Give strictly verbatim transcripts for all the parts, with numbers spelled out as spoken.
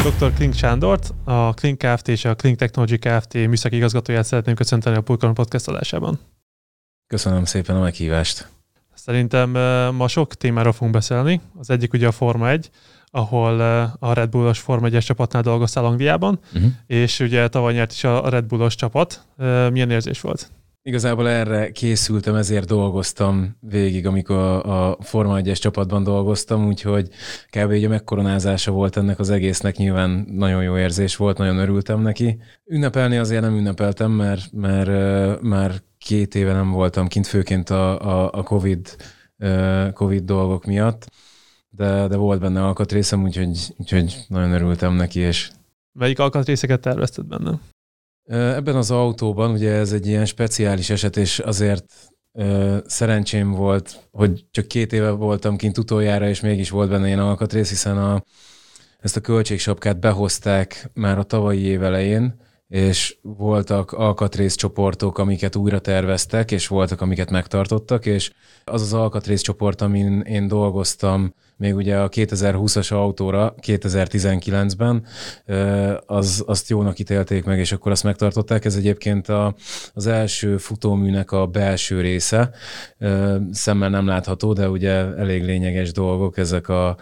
doktor Klink Sándort, a Klink Kft. És a Klink Technology Kft. Műszaki igazgatóját szeretném köszönteni a Pulkon Podcast adásában. Köszönöm szépen a meghívást. Szerintem ma sok témáról fogunk beszélni. Az egyik ugye a Forma egy, ahol a Red Bullos Forma egyes csapatnál dolgoztál Angliában, uh-huh. és ugye tavaly nyert is a Red Bullos csapat. Milyen érzés volt? Igazából erre készültem, ezért dolgoztam végig, amikor a Forma egyes csapatban dolgoztam, úgyhogy kb. Így a megkoronázása volt ennek az egésznek, nyilván nagyon jó érzés volt, nagyon örültem neki. Ünnepelni azért nem ünnepeltem, mert, mert már két éve nem voltam kint, főként a, a, a COVID, COVID dolgok miatt, de, de volt benne alkatrészem, úgyhogy, úgyhogy nagyon örültem neki. És... Melyik alkatrészeket tervezted benne? Ebben az autóban, ugye ez egy ilyen speciális eset, és azért ö, szerencsém volt, hogy csak két éve voltam kint utoljára, és mégis volt benne ilyen alkatrész, hiszen a, ezt a költségsapkát behozták már a tavalyi év elején, és voltak alkatrészcsoportok, amiket újra terveztek, és voltak, amiket megtartottak, és az az alkatrészcsoport, amin én dolgoztam, még ugye a kétezer-húszas autóra kétezer-tizenkilencben, az, azt jónak ítélték meg, és akkor azt megtartották. Ez egyébként a, az első futóműnek a belső része, szemmel nem látható, de ugye elég lényeges dolgok, ezek a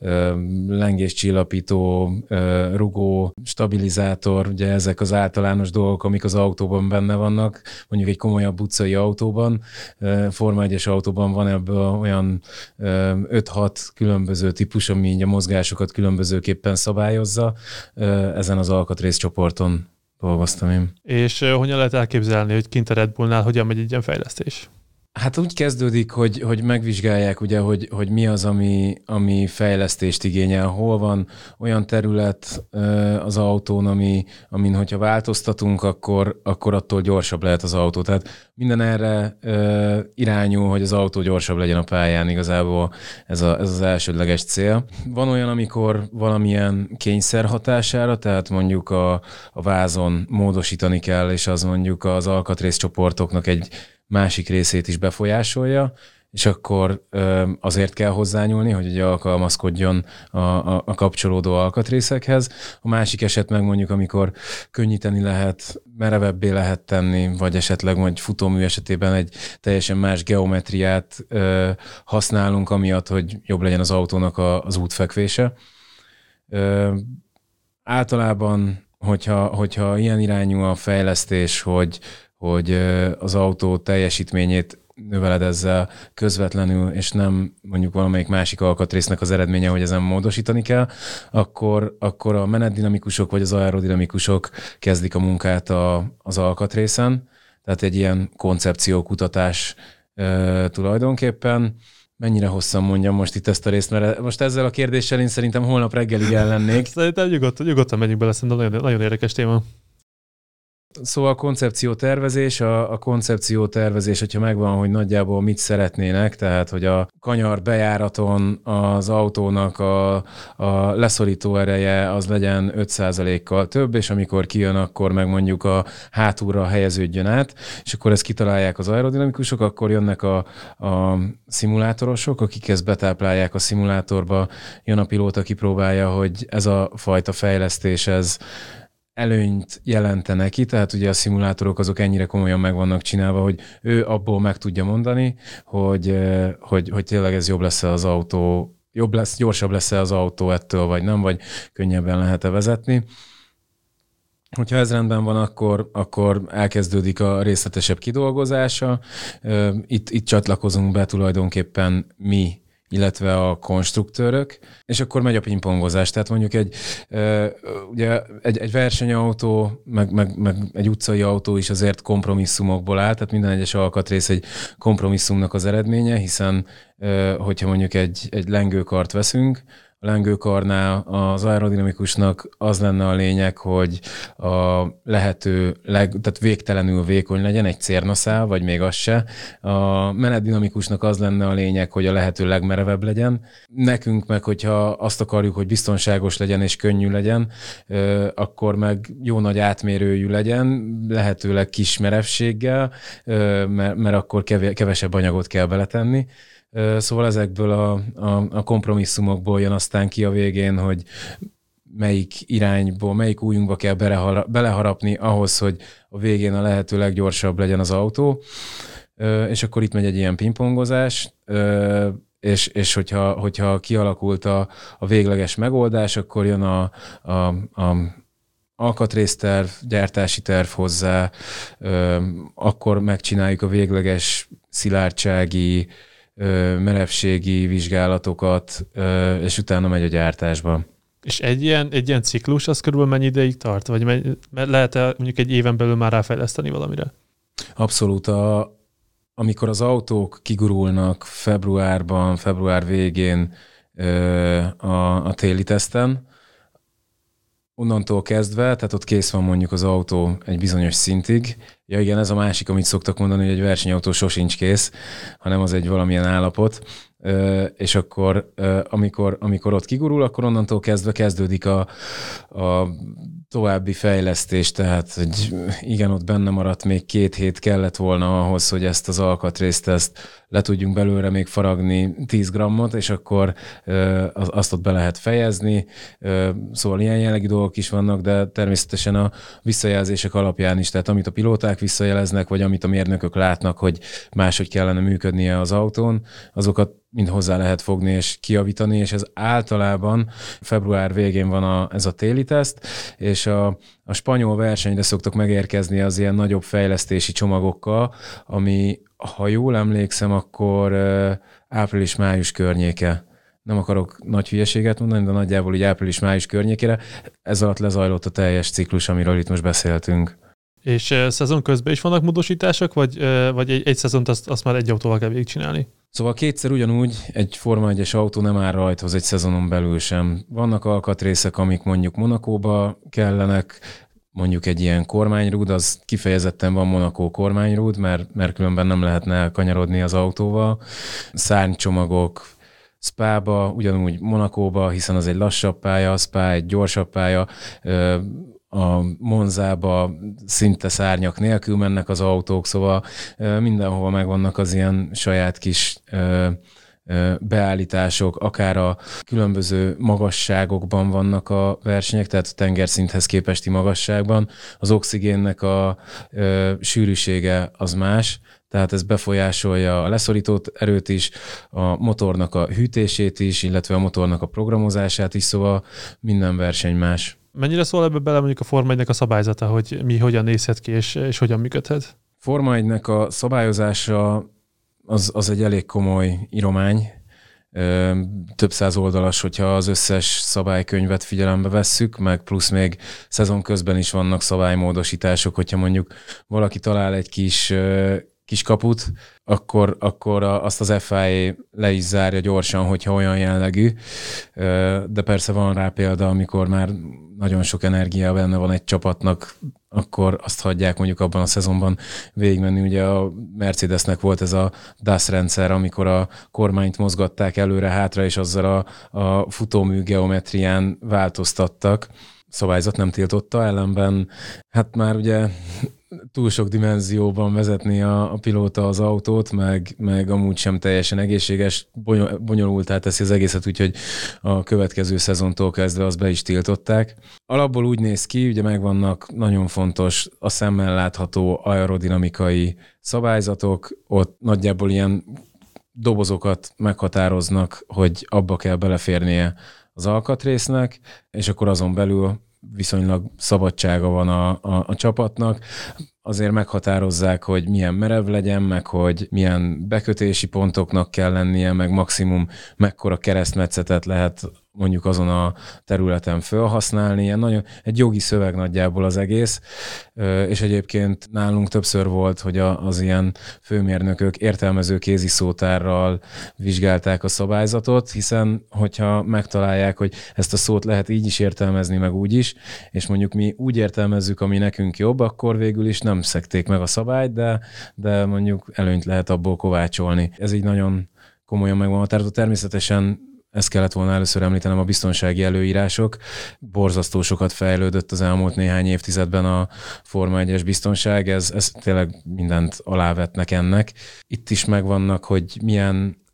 lengéscsillapító, rugó, stabilizátor, ugye ezek az általános dolgok, amik az autóban benne vannak, mondjuk egy komolyabb utcai autóban, Forma egyes autóban van ebből olyan öt-hat különböző típus, ami így a mozgásokat különbözőképpen szabályozza. Ezen az alkatrészcsoporton dolgoztam én. És hogyan lehet elképzelni, hogy kint a Red Bullnál hogyan megy egy ilyen fejlesztés? Hát úgy kezdődik, hogy, hogy megvizsgálják, ugye, hogy, hogy mi az, ami, ami fejlesztést igényel, hol van olyan terület az autón, ami, amin hogyha változtatunk, akkor, akkor attól gyorsabb lehet az autó. Tehát minden erre irányul, hogy az autó gyorsabb legyen a pályán, igazából ez, a, ez az elsődleges cél. Van olyan, amikor valamilyen kényszer hatására, tehát mondjuk a, a vázon módosítani kell, és az mondjuk az alkatrészcsoportoknak egy másik részét is befolyásolja, és akkor ö, azért kell hozzányúlni, hogy ugye alkalmazkodjon a, a, a kapcsolódó alkatrészekhez. A másik eset meg mondjuk, amikor könnyíteni lehet, merevebbé lehet tenni, vagy esetleg majd futómű esetében egy teljesen más geometriát ö, használunk, amiatt, hogy jobb legyen az autónak a, az útfekvése. Ö, általában, hogyha, hogyha ilyen irányú a fejlesztés, hogy hogy az autó teljesítményét növeled ezzel közvetlenül, és nem mondjuk valamelyik másik alkatrésznek az eredménye, hogy ezen módosítani kell, akkor, akkor a menetdinamikusok vagy az aerodinamikusok kezdik a munkát a, az alkatrészen. Tehát egy ilyen koncepciókutatás e, tulajdonképpen. Mennyire hosszan mondjam most itt ezt a részt, mert most ezzel a kérdéssel én szerintem holnap reggelig ellennék. Szerintem nyugodtan, nyugodtan menjünk bele, szerintem nagyon, nagyon érdekes téma. Szóval a koncepciótervezés, a, a koncepciótervezés, hogyha megvan, hogy nagyjából mit szeretnének, tehát hogy a kanyar bejáraton az autónak a, a leszorító ereje az legyen öt százalékkal több, és amikor kijön, akkor meg mondjuk a hátulra helyeződjön át, és akkor ezt kitalálják az aerodinamikusok, akkor jönnek a, a szimulátorosok, akik ezt betáplálják a szimulátorba, jön a pilóta, kipróbálja, hogy ez a fajta fejlesztés, ez előnyt jelente neki, tehát ugye a szimulátorok azok ennyire komolyan meg vannak csinálva, hogy ő abból meg tudja mondani, hogy, hogy, hogy tényleg ez jobb lesz az autó, jobb lesz, gyorsabb lesz az autó ettől, vagy nem, vagy könnyebben lehet-e vezetni. Hogyha ez rendben van, akkor, akkor elkezdődik a részletesebb kidolgozása. Itt, itt csatlakozunk be tulajdonképpen mi, illetve a konstruktőrök, és akkor megy a pingpongozás. Tehát mondjuk egy, ugye egy, egy versenyautó, meg, meg, meg egy utcai autó is azért kompromisszumokból áll, tehát minden egyes alkatrész egy kompromisszumnak az eredménye, hiszen hogyha mondjuk egy, egy lengőkart veszünk, a lengőkarnál az aerodinamikusnak az lenne a lényeg, hogy a lehető leg, tehát végtelenül vékony legyen egy cérnaszál, vagy még az se. A menetdinamikusnak az lenne a lényeg, hogy a lehető legmerevebb legyen. Nekünk meg, hogyha azt akarjuk, hogy biztonságos legyen és könnyű legyen, akkor meg jó nagy átmérőjű legyen, lehetőleg kis merevséggel, mert, mert akkor kevesebb anyagot kell beletenni. Szóval ezekből a, a, a kompromisszumokból jön aztán ki a végén, hogy melyik irányból, melyik újunkba kell beleharapni ahhoz, hogy a végén a lehető leggyorsabb legyen az autó, és akkor itt megy egy ilyen pingpongozás, és, és hogyha, hogyha kialakult a, a végleges megoldás, akkor jön a, a, a alkatrészterv, gyártási terv hozzá, akkor megcsináljuk a végleges szilárdsági, merevségi vizsgálatokat, és utána megy a gyártásba. És egy ilyen, egy ilyen ciklus, az körülbelül mennyi ideig tart? Vagy mennyi, lehet-e mondjuk egy éven belül már ráfejleszteni valamire? Abszolút. A, amikor az autók kigurulnak februárban, február végén a, a téli teszten, onnantól kezdve, tehát ott kész van mondjuk az autó egy bizonyos szintig. Ja igen, ez a másik, amit szoktak mondani, hogy egy versenyautó sosincs kész, hanem az egy valamilyen állapot. És akkor amikor, amikor ott kigurul, akkor onnantól kezdve kezdődik a, a további fejlesztés, tehát hogy igen, ott benne maradt még két hét kellett volna ahhoz, hogy ezt az alkatrészt ezt le tudjunk belőle még faragni tíz grammot, és akkor azt ott be lehet fejezni. Szóval ilyen jellegű dolgok is vannak, de természetesen a visszajelzések alapján is, tehát amit a pilóták visszajeleznek, vagy amit a mérnökök látnak, hogy máshogy kellene működnie az autón, azokat mind hozzá lehet fogni és kijavítani, és ez általában február végén van a, ez a téli teszt, és a, a spanyol versenyre szoktak megérkezni az ilyen nagyobb fejlesztési csomagokkal, ami, ha jól emlékszem, akkor április-május környéke. Nem akarok nagy hülyeséget mondani, de nagyjából így április-május környékére. Ez alatt lezajlott a teljes ciklus, amiről itt most beszéltünk. És uh, szezon közben is vannak módosítások, vagy, uh, vagy egy, egy szezont azt, azt már egy autóval kell végigcsinálni? Szóval kétszer ugyanúgy egy Forma egyes autó nem áll rajthoz egy szezonon belül sem. Vannak alkatrészek, amik mondjuk Monakóba kellenek, mondjuk egy ilyen kormányrúd, az kifejezetten van Monakó kormányrúd, mert, mert különben nem lehetne kanyarodni az autóval. Szárnycsomagok, Spába, ugyanúgy Monakóba, hiszen az egy lassabb pálya, Spa egy gyorsabb pálya, a Monzába szinte szárnyak nélkül mennek az autók, szóval mindenhova megvannak az ilyen saját kis beállítások, akár a különböző magasságokban vannak a versenyek, tehát a tengerszinthez képesti magasságban. Az oxigénnek a sűrűsége az más, tehát ez befolyásolja a leszorító erőt is, a motornak a hűtését is, illetve a motornak a programozását is, szóval minden verseny más. Mennyire szól ebbe bele mondjuk a Forma egynek a szabályzata, hogy mi hogyan nézhet ki és, és hogyan működhet? Forma egynek a szabályozása az, az egy elég komoly íromány, több száz oldalas, hogyha az összes szabálykönyvet figyelembe vesszük, meg plusz még szezon közben is vannak szabálymódosítások, hogyha mondjuk valaki talál egy kis kis kaput, akkor, akkor azt az ef i á le is zárja gyorsan, hogyha olyan jellegű, de persze van rá példa, amikor már nagyon sok energia benne van egy csapatnak, akkor azt hagyják mondjuk abban a szezonban végigmenni. Ugye a Mercedesnek volt ez a dé á es rendszer, amikor a kormányt mozgatták előre-hátra, és azzal a, a futómű geometrián változtattak. Szabályzat nem tiltotta, ellenben hát már ugye túl sok dimenzióban vezetni a, a pilóta az autót, meg, meg amúgy sem teljesen egészséges, bonyolultá teszi az egészet, úgyhogy a következő szezontól kezdve azt be is tiltották. Alapból úgy néz ki, ugye megvannak nagyon fontos, a szemmel látható aerodinamikai szabályzatok, ott nagyjából ilyen dobozokat meghatároznak, hogy abba kell beleférnie az alkatrésznek, és akkor azon belül viszonylag szabadsága van a, a, a csapatnak. Azért meghatározzák, hogy milyen merev legyen, meg hogy milyen bekötési pontoknak kell lennie, meg maximum mekkora keresztmetszetet lehet mondjuk azon a területen felhasználni. Ilyen nagyon, egy jogi szöveg nagyjából az egész, és egyébként nálunk többször volt, hogy az ilyen főmérnökök értelmező kéziszótárral vizsgálták a szabályzatot, hiszen hogyha megtalálják, hogy ezt a szót lehet így is értelmezni, meg úgy is, és mondjuk mi úgy értelmezzük, ami nekünk jobb, akkor végül is nem szekték meg a szabályt, de, de mondjuk előnyt lehet abból kovácsolni. Ez így nagyon komolyan megvan határozva. Természetesen ezt kellett volna először említenem, a biztonsági előírások. Borzasztó sokat fejlődött az elmúlt néhány évtizedben a Forma egyes biztonság, ez, ez tényleg mindent alávetnek ennek. Itt is megvannak, hogy milyen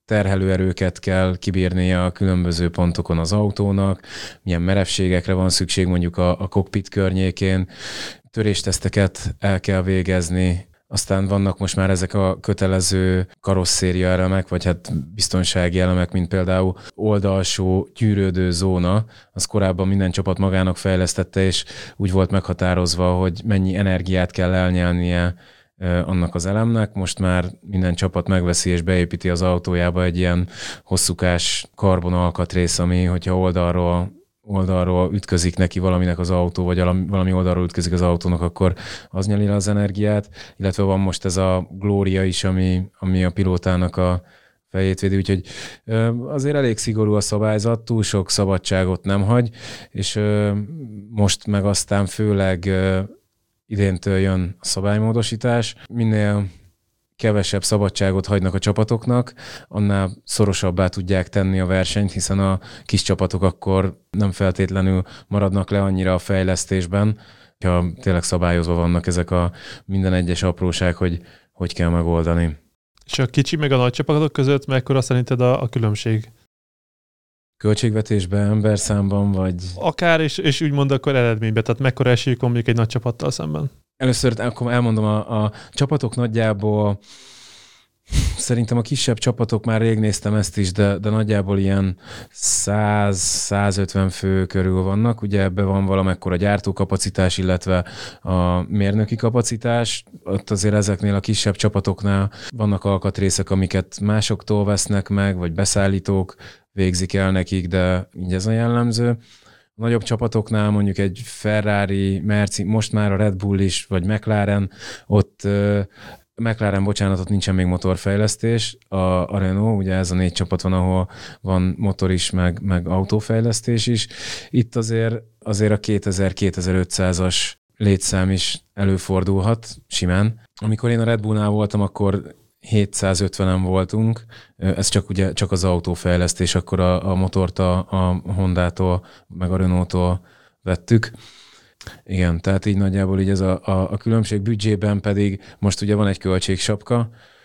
terhelőerőket kell kibírnia a különböző pontokon az autónak, milyen merevségekre van szükség mondjuk a, a kokpit környékén, törésteszteket el kell végezni, aztán vannak most már ezek a kötelező karosszéria elemek, vagy hát biztonsági elemek, mint például oldalsó gyűrődő zóna, az korábban minden csapat magának fejlesztette, és úgy volt meghatározva, hogy mennyi energiát kell elnyelnie annak az elemnek. Most már minden csapat megveszi és beépíti az autójába egy ilyen hosszúkás karbonalkatrész, ami, hogyha oldalról oldalról ütközik neki valaminek az autó, vagy valami oldalról ütközik az autónak, akkor az nyeli le az energiát, illetve van most ez a Gloria is, ami, ami a pilótának a fejét védi, úgyhogy azért elég szigorú a szabályzat, túl sok szabadságot nem hagy, és most meg aztán főleg idéntől jön a szabálymódosítás. Minél kevesebb szabadságot hagynak a csapatoknak, annál szorosabbá tudják tenni a versenyt, hiszen a kis csapatok akkor nem feltétlenül maradnak le annyira a fejlesztésben, ha tényleg szabályozva vannak ezek a minden egyes apróság, hogy hogy kell megoldani. És a kicsi meg a nagy csapatok között mekkora szerinted a, a különbség? Költségvetésben, emberszámban, vagy... Akár, és, és úgymond akkor eredményben, tehát mekkora esélyük van mondjuk egy nagy csapattal szemben? Először akkor elmondom, a, a csapatok nagyjából, szerintem a kisebb csapatok, már rég néztem ezt is, de, de nagyjából ilyen száz-százötven fő körül vannak. Ugye ebben van valamekkora gyártókapacitás, illetve a mérnöki kapacitás. Ott azért ezeknél a kisebb csapatoknál vannak alkatrészek, amiket másoktól vesznek meg, vagy beszállítók végzik el nekik, de így ez a jellemző. A nagyobb csapatoknál mondjuk egy Ferrari, Merci, most már a Red Bull is, vagy McLaren, ott McLaren, bocsánat, ott nincsen még motorfejlesztés, a, a Renault, ugye ez a négy csapat van, ahol van motor is, meg, meg autófejlesztés is. Itt azért, azért a kétezer-kétezer-ötszázas létszám is előfordulhat simán. Amikor én a Red Bullnál voltam, akkor hétszázötvenen voltunk, ez csak ugye csak az autófejlesztés, akkor a, a motort a, a Hondától, meg a Renault-tól vettük. Igen, tehát így nagyjából így ez a, a, a különbség. Büdzsében pedig most ugye van egy költségsapka,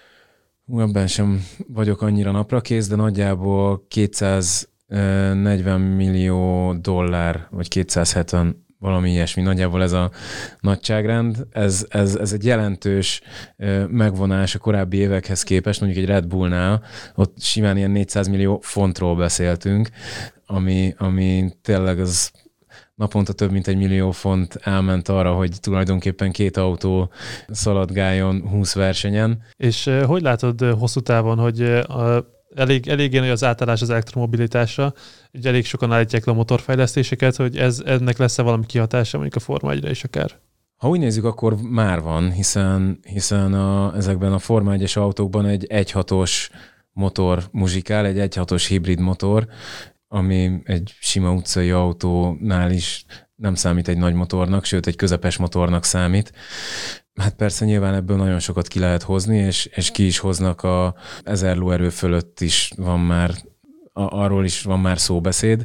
ebben sem vagyok annyira naprakész, de nagyjából kétszáznegyven millió dollár, vagy kétszázhetven, valami ilyesmi, nagyjából ez a nagyságrend. Ez, ez, ez egy jelentős megvonás a korábbi évekhez képest, mondjuk egy Red Bullnál, ott simán ilyen négyszáz millió fontról beszéltünk, ami, ami tényleg az naponta több mint egy millió font elment arra, hogy tulajdonképpen két autó szaladgáljon húsz versenyen. És hogy látod hosszú távon, hogy a, elég, eléggé nagy az átállás az elektromobilitásra, hogy elég sokan állítják le a motorfejlesztéseket, hogy ez, ennek lesz-e valami kihatása mondjuk a Forma egyre is akár? Ha úgy nézzük, akkor már van, hiszen, hiszen a, ezekben a Forma egyes autókban egy egy hatos motor muzsikál, egy egy hatos hibrid motor, ami egy sima utcai autónál is nem számít egy nagy motornak, sőt egy közepes motornak számít. Hát persze nyilván ebből nagyon sokat ki lehet hozni, és, és ki is hoznak a ezer lóerő fölött is van már, a, arról is van már szóbeszéd.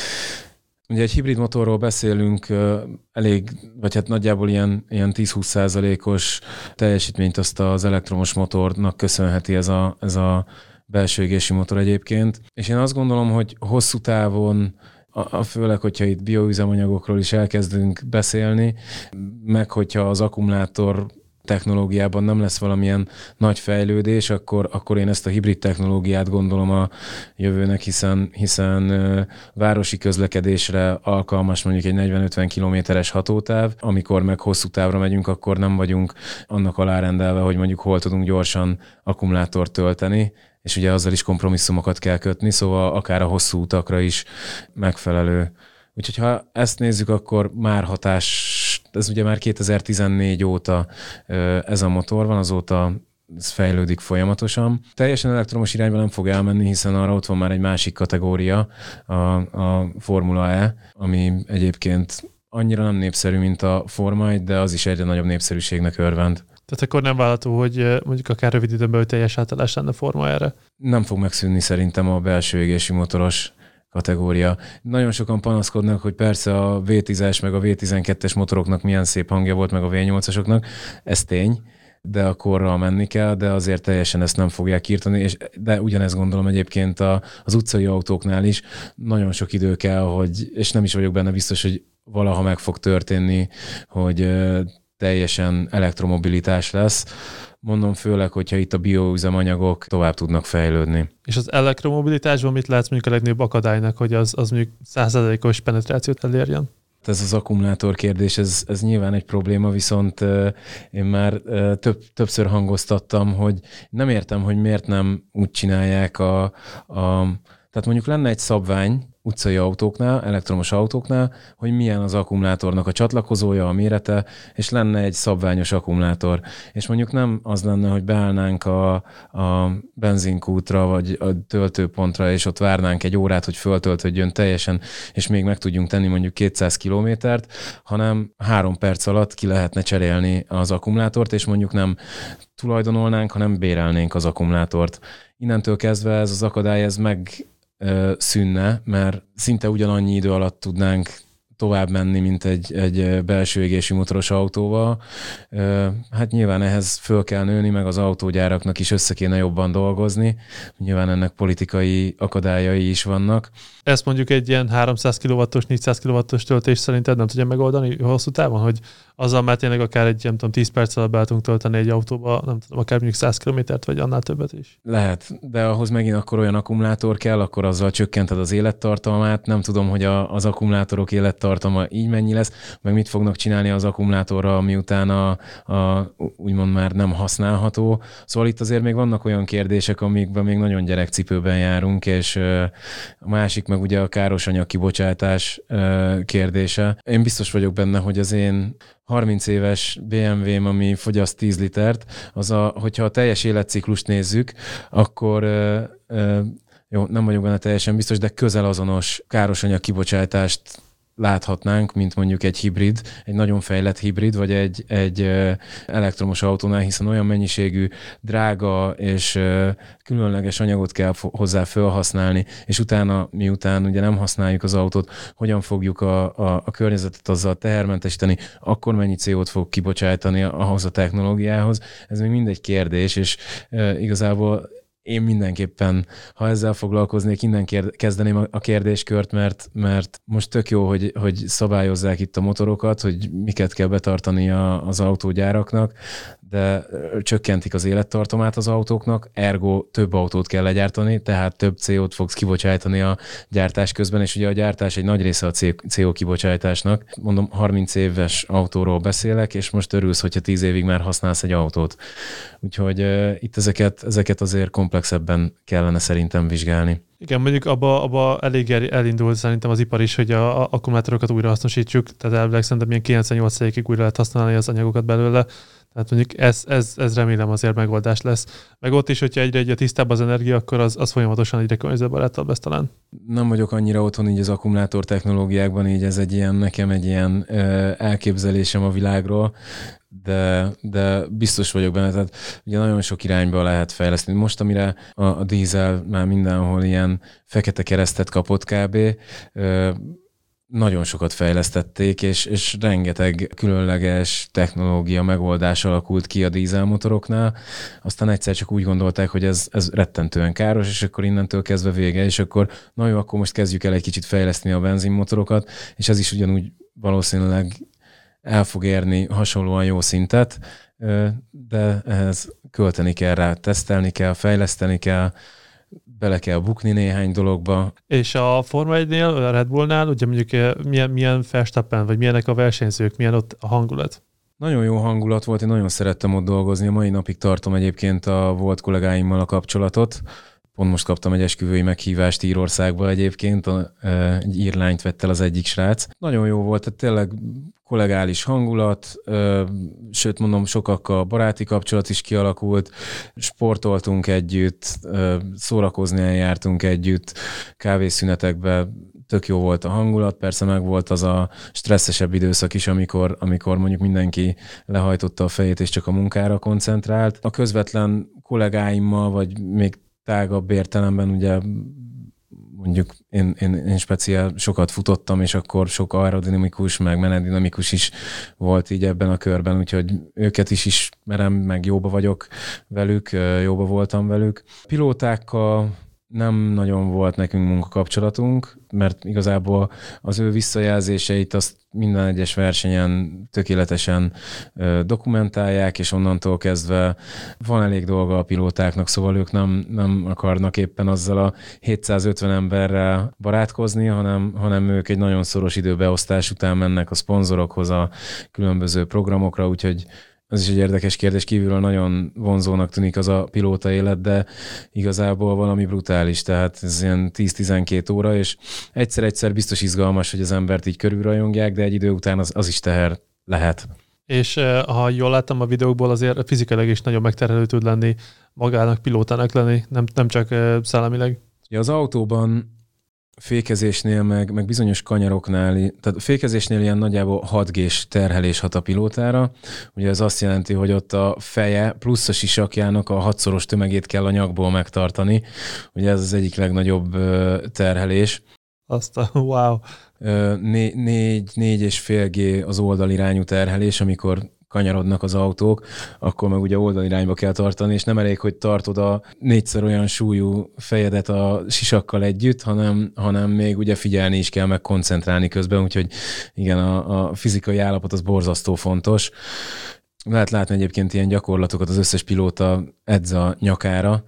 Ugye egy hibrid motorról beszélünk, elég, vagy hát nagyjából ilyen, ilyen tíz-húsz százalékos teljesítményt azt az elektromos motornak köszönheti ez a, ez a belső égési motor egyébként. És én azt gondolom, hogy hosszú távon, a, a főleg, hogyha itt bioüzemanyagokról is elkezdünk beszélni, meg hogyha az akkumulátor technológiában nem lesz valamilyen nagy fejlődés, akkor, akkor én ezt a hibrid technológiát gondolom a jövőnek, hiszen, hiszen uh, városi közlekedésre alkalmas mondjuk egy negyven-ötven kilométeres hatótáv, amikor meg hosszú távra megyünk, akkor nem vagyunk annak alárendelve, hogy mondjuk hol tudunk gyorsan akkumulátort tölteni, és ugye azzal is kompromisszumokat kell kötni, szóval akár a hosszú utakra is megfelelő. Úgyhogy ha ezt nézzük, akkor már hatás, ez ugye már kétezer-tizennégy óta ez a motor van, azóta ez fejlődik folyamatosan. Teljesen elektromos irányba nem fog elmenni, hiszen arra ott van már egy másik kategória, a, a Formula E, ami egyébként annyira nem népszerű, mint a Forma egy, de az is egyre nagyobb népszerűségnek örvend. Tehát akkor nem várható, hogy mondjuk akár rövid időben belül teljes átállás lenne Forma erre? Nem fog megszűnni szerintem a belső égési motoros kategória. Nagyon sokan panaszkodnak, hogy persze a vé tízes meg a vé tizenkettes motoroknak milyen szép hangja volt, meg a vé nyolcasoknak. Ez tény. de a korral menni kell, de azért teljesen ezt nem fogják írtani, és de ugyanezt gondolom egyébként a, az utcai autóknál is. Nagyon sok idő kell, hogy, és nem is vagyok benne biztos, hogy valaha meg fog történni, hogy teljesen elektromobilitás lesz. Mondom főleg, hogyha itt a bioüzemanyagok tovább tudnak fejlődni. És az elektromobilitásban mit látsz mondjuk a legnagyobb akadálynak, hogy az, az mondjuk száz százalékos penetrációt elérjen? Ez az akkumulátor kérdés, ez, ez nyilván egy probléma, viszont uh, én már uh, több, többször hangoztattam, hogy nem értem, hogy miért nem úgy csinálják a, a... Tehát mondjuk lenne egy szabvány utcai autóknál, elektromos autóknál, hogy milyen az akkumulátornak a csatlakozója, a mérete, és lenne egy szabványos akkumulátor. És mondjuk nem az lenne, hogy beállnánk a, a benzinkútra, vagy a töltőpontra, és ott várnánk egy órát, hogy föltöltődjön teljesen, és még meg tudjunk tenni mondjuk kétszáz kilométert, hanem három perc alatt ki lehetne cserélni az akkumulátort, és mondjuk nem tulajdonolnánk, hanem bérelnénk az akkumulátort. Innentől kezdve ez az akadály, ez meg szűnne, mert szinte ugyanannyi idő alatt tudnánk tovább menni, mint egy, egy belső égésű motoros autóval. Hát nyilván ehhez föl kell nőni, meg az autógyáraknak is össze kéne jobban dolgozni. Nyilván ennek politikai akadályai is vannak. Ezt mondjuk egy ilyen háromszáz kilowattos, négyszáz kilowattos töltés szerinted nem tudja megoldani hosszú távon, hogy azzal már tényleg akár egy, nem tudom, tíz perc alatt be tudunk tölteni egy autóba, nem tudom, akár mondjuk száz kilométert, vagy annál többet is. Lehet, de ahhoz megint akkor olyan akkumulátor kell, akkor azzal csökkented az élettartalmát. Nem tudom, hogy a, az akkumulátorok élettartama így mennyi lesz, meg mit fognak csinálni az akkumulátorral, miután a, a úgymond már nem használható. Szóval itt azért még vannak olyan kérdések, amikben még nagyon gyerekcipőben járunk, és a másik meg ugye a károsanyag kibocsátás kérdése. Én biztos vagyok benne, hogy az én harminc éves bé em vém, ami fogyaszt tíz litert, az a, hogyha a teljes életciklust nézzük, akkor jó, nem vagyok benne teljesen biztos, de közel azonos károsanyag kibocsátást láthatnánk, mint mondjuk egy hibrid, egy nagyon fejlett hibrid, vagy egy, egy elektromos autónál, hiszen olyan mennyiségű drága és különleges anyagot kell hozzá felhasználni, és utána, miután ugye nem használjuk az autót, hogyan fogjuk a, a, a környezetet azzal tehermentesíteni, akkor mennyi cé o-t fog kibocsátani ahhoz a technológiához. Ez még mindegy kérdés, és igazából én mindenképpen, ha ezzel foglalkoznék, innen kérd- kezdeném a kérdéskört, mert, mert most tök jó, hogy, hogy szabályozzák itt a motorokat, hogy miket kell betartani a, az autógyáraknak, de csökkentik az élettartamát az autóknak, ergo több autót kell legyártani, tehát több cé o-t fogsz kibocsátani a gyártás közben, és ugye a gyártás egy nagy része a cé o kibocsátásnak. Mondom, harminc éves autóról beszélek, és most örülsz, hogyha tíz évig már használsz egy autót. Úgyhogy uh, itt ezeket, ezeket azért komplexebben kellene szerintem vizsgálni. Igen, mondjuk abba, abba elég elindul szerintem az ipar is, hogy a, a akkumulátorokat újra hasznosítsuk, tehát elvileg szerintem ilyen kilencvennyolc százalékig újra lehet használni az anyagokat belőle. Tehát mondjuk ez, ez, ez remélem azért megoldás lesz. Meg ott is, hogyha egyre egyre tisztább az energia, akkor az, az folyamatosan egyre környezetbarátabb lesz talán. Nem vagyok annyira otthon így az akkumulátor technológiákban, így ez egy ilyen, nekem egy ilyen ö, elképzelésem a világról, de, de biztos vagyok benne, tehát ugye nagyon sok irányba lehet fejleszteni. Most, amire a, a dízel már mindenhol ilyen fekete keresztet kapott kb., ö, nagyon sokat fejlesztették, és, és rengeteg különleges technológia megoldás alakult ki a dízelmotoroknál. Aztán egyszer csak úgy gondolták, hogy ez, ez rettentően káros, és akkor innentől kezdve vége, és akkor na jó, akkor most kezdjük el egy kicsit fejleszteni a benzinmotorokat, és ez is ugyanúgy valószínűleg el fog érni hasonlóan jó szintet, de ehhez költeni kell rá, tesztelni kell, fejleszteni kell, bele kell bukni néhány dologba. És a Forma egynél, a Red Bullnál, ugye mondjuk milyen, milyen Verstappen, vagy milyenek a versenyzők, milyen ott a hangulat? Nagyon jó hangulat volt, én nagyon szerettem ott dolgozni, a mai napig tartom egyébként a volt kollégáimmal a kapcsolatot. Pont most kaptam egy esküvői meghívást Írországba egyébként, egy írlányt vett el az egyik srác. Nagyon jó volt, tehát tényleg kollegális hangulat, sőt mondom, sokakkal baráti kapcsolat is kialakult, sportoltunk együtt, szórakozni eljártunk együtt, kávészünetekben, tök jó volt a hangulat, persze meg volt az a stresszesebb időszak is, amikor, amikor mondjuk mindenki lehajtotta a fejét és csak a munkára koncentrált. A közvetlen kollégáimmal, vagy még tágabb értelemben ugye mondjuk én, én, én speciál sokat futottam, és akkor sok aerodinamikus, meg menetdinamikus is volt így ebben a körben, úgyhogy őket is ismerem, meg jóba vagyok velük, jóba voltam velük. Pilótákkal nem nagyon volt nekünk munkakapcsolatunk, mert igazából az ő visszajelzéseit azt minden egyes versenyen tökéletesen dokumentálják, és onnantól kezdve van elég dolga a pilótáknak, szóval ők nem, nem akarnak éppen azzal a hétszázötven emberrel barátkozni, hanem, hanem ők egy nagyon szoros időbeosztás után mennek a szponzorokhoz, a különböző programokra, úgyhogy ez is egy érdekes kérdés, kívülről nagyon vonzónak tűnik az a pilóta élet, de igazából valami brutális, tehát ez ilyen tíz-tizenkét óra, és egyszer-egyszer biztos izgalmas, hogy az embert így körülrajongják, de egy idő után az, az is teher lehet. És ha jól láttam a videókból, azért fizikailag is nagyon megterhelő tud lenni magának, pilótának lenni, nem, nem csak szellemileg. Ja, az autóban fékezésnél, meg, meg bizonyos kanyaroknál, tehát a fékezésnél ilyen nagyjából hat gés terhelés hat a pilótára. Ugye ez azt jelenti, hogy ott a feje plusz a sisakjának a hatszoros tömegét kell a nyakból megtartani. Ugye ez az egyik legnagyobb terhelés. Azt a wow. Né, négy, négy és fél G az oldalirányú terhelés, amikor kanyarodnak az autók, akkor meg ugye oldalirányba kell tartani, és nem elég, hogy tartod a négyszer olyan súlyú fejedet a sisakkal együtt, hanem, hanem még ugye figyelni is kell, meg koncentrálni közben, úgyhogy igen, a, a fizikai állapot az borzasztó fontos. Lehet látni egyébként ilyen gyakorlatokat, az összes pilóta edz a nyakára,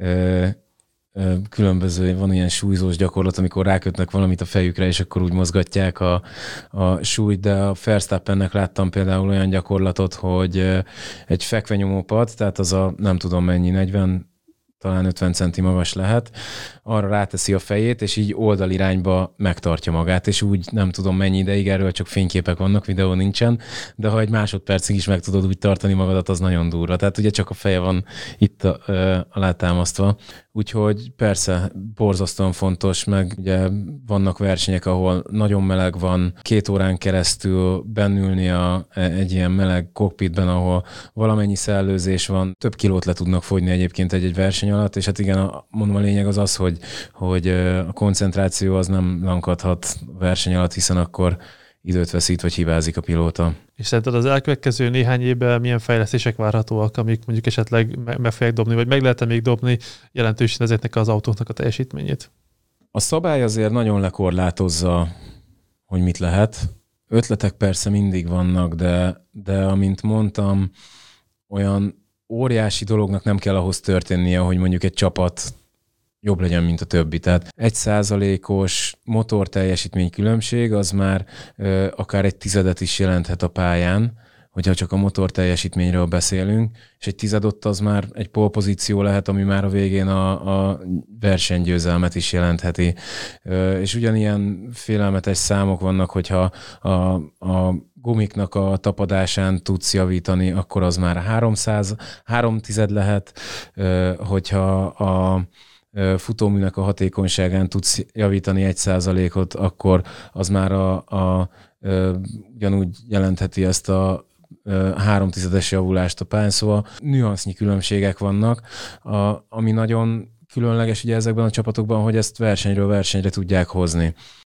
különböző, van ilyen súlyzós gyakorlat, amikor rákötnek valamit a fejükre, és akkor úgy mozgatják a, a súlyt, de a Verstappennek láttam például olyan gyakorlatot, hogy egy fekvenyomópad, tehát az a nem tudom mennyi, negyven, talán ötven centi magas lehet, arra ráteszi a fejét, és így oldalirányba megtartja magát, és úgy nem tudom mennyi ideig, erről csak fényképek vannak, videó nincsen, de ha egy másodpercig is meg tudod úgy tartani magadat, az nagyon durva. Tehát ugye csak a feje van itt a, alátámasztva. Úgyhogy persze borzasztóan fontos, meg ugye vannak versenyek, ahol nagyon meleg van, két órán keresztül bennülni a, egy ilyen meleg kokpitben, ahol valamennyi szellőzés van, több kilót le tudnak fogyni egyébként egy-egy verseny alatt, és hát igen, a, mondom, a lényeg az az, hogy, hogy a koncentráció az nem lankadhat verseny alatt, hiszen akkor időt veszít, vagy hibázik a pilóta. És szerinted az elkövetkező néhány évben milyen fejlesztések várhatóak, amik mondjuk esetleg meg fogják dobni, vagy meg lehet-e még dobni jelentősen ezeknek az autóknak a teljesítményét? A szabály azért nagyon lekorlátozza, hogy mit lehet. Ötletek persze mindig vannak, de, de amint mondtam, olyan óriási dolognak nem kell ahhoz történnie, hogy mondjuk egy csapat jobb legyen, mint a többi. Tehát egy százalékos motor teljesítmény különbség, az már ö, akár egy tizedet is jelenthet a pályán, hogyha csak a motor teljesítményről beszélünk, és egy tizedott az már egy polpozíció lehet, ami már a végén a, a versenygyőzelmet is jelentheti. Ö, és ugyanilyen félelmetes számok vannak, hogyha a, a gumiknak a tapadásán tudsz javítani, akkor az már háromszáz, három tized lehet, ö, hogyha a futóműnek a hatékonyságán tudsz javítani egy százalékot, akkor az már a, a, a, ugyanúgy jelentheti ezt a három tizedes javulást a pályán, szóval nüansznyi különbségek vannak, a, ami nagyon különleges ugye ezekben a csapatokban, hogy ezt versenyről versenyre tudják hozni.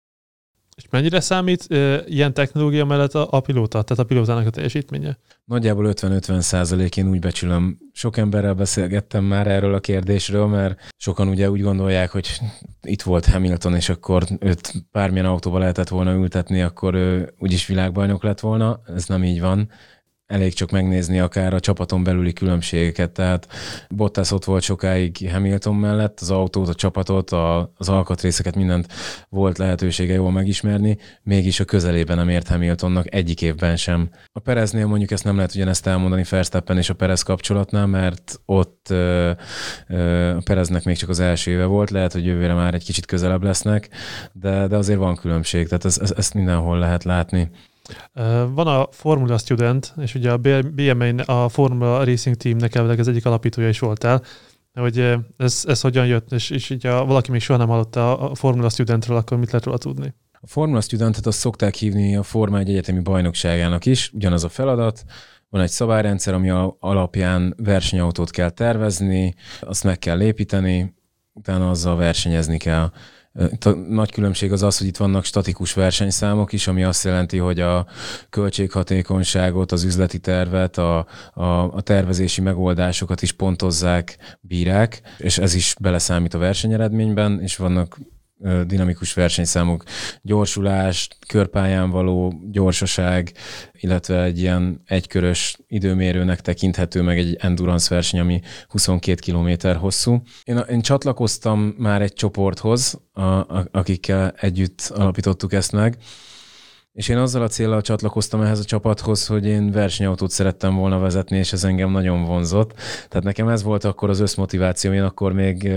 És mennyire számít e, ilyen technológia mellett a, a pilóta, tehát a pilótának a teljesítménye? Nagyjából ötven-ötven százalék, én úgy becsülöm. Sok emberrel beszélgettem már erről a kérdésről, mert sokan ugye úgy gondolják, hogy itt volt Hamilton, és akkor őt bármilyen autóba lehetett volna ültetni, akkor ő úgyis világbajnok lett volna. Ez nem így van. Elég csak megnézni akár a csapaton belüli különbségeket, tehát Bottas ott volt sokáig Hamilton mellett, az autót, a csapatot, a, az alkatrészeket, mindent volt lehetősége jól megismerni, mégis a közelében nem ért Hamiltonnak egyik évben sem. A Pereznél mondjuk ezt nem lehet ugyanezt elmondani Verstappen és a Perez kapcsolatnál, mert ott ö, ö, a Pereznek még csak az első éve volt, lehet, hogy jövőre már egy kicsit közelebb lesznek, de, de azért van különbség, tehát ez, ez, ezt mindenhol lehet látni. Van a Formula Student, és ugye a bé em á, a Formula Racing Teamnek elvileg az egyik alapítója is voltál, hogy ez, ez hogyan jött, és, és így a, valaki még soha nem hallotta a Formula Studentről, akkor mit lehet róla tudni? A Formula Studentet azt szokták hívni a Forma egy egyetemi bajnokságának is, ugyanaz a feladat, van egy szabályrendszer, ami alapján versenyautót kell tervezni, azt meg kell építeni, utána azzal versenyezni kell. Itt a nagy különbség az az, hogy itt vannak statikus versenyszámok is, ami azt jelenti, hogy a költséghatékonyságot, az üzleti tervet, a, a, a tervezési megoldásokat is pontozzák bírák, és ez is beleszámít a versenyeredményben, és vannak dinamikus versenyszámok, gyorsulás, körpályán való gyorsaság, illetve egy ilyen egykörös időmérőnek tekinthető meg egy endurance verseny, ami huszonkét kilométer hosszú. Én, én csatlakoztam már egy csoporthoz, a, a, akikkel együtt alapítottuk ezt meg, és én azzal a céllal csatlakoztam ehhez a csapathoz, hogy én versenyautót szerettem volna vezetni, és ez engem nagyon vonzott. Tehát nekem ez volt akkor az összmotiváció, én akkor még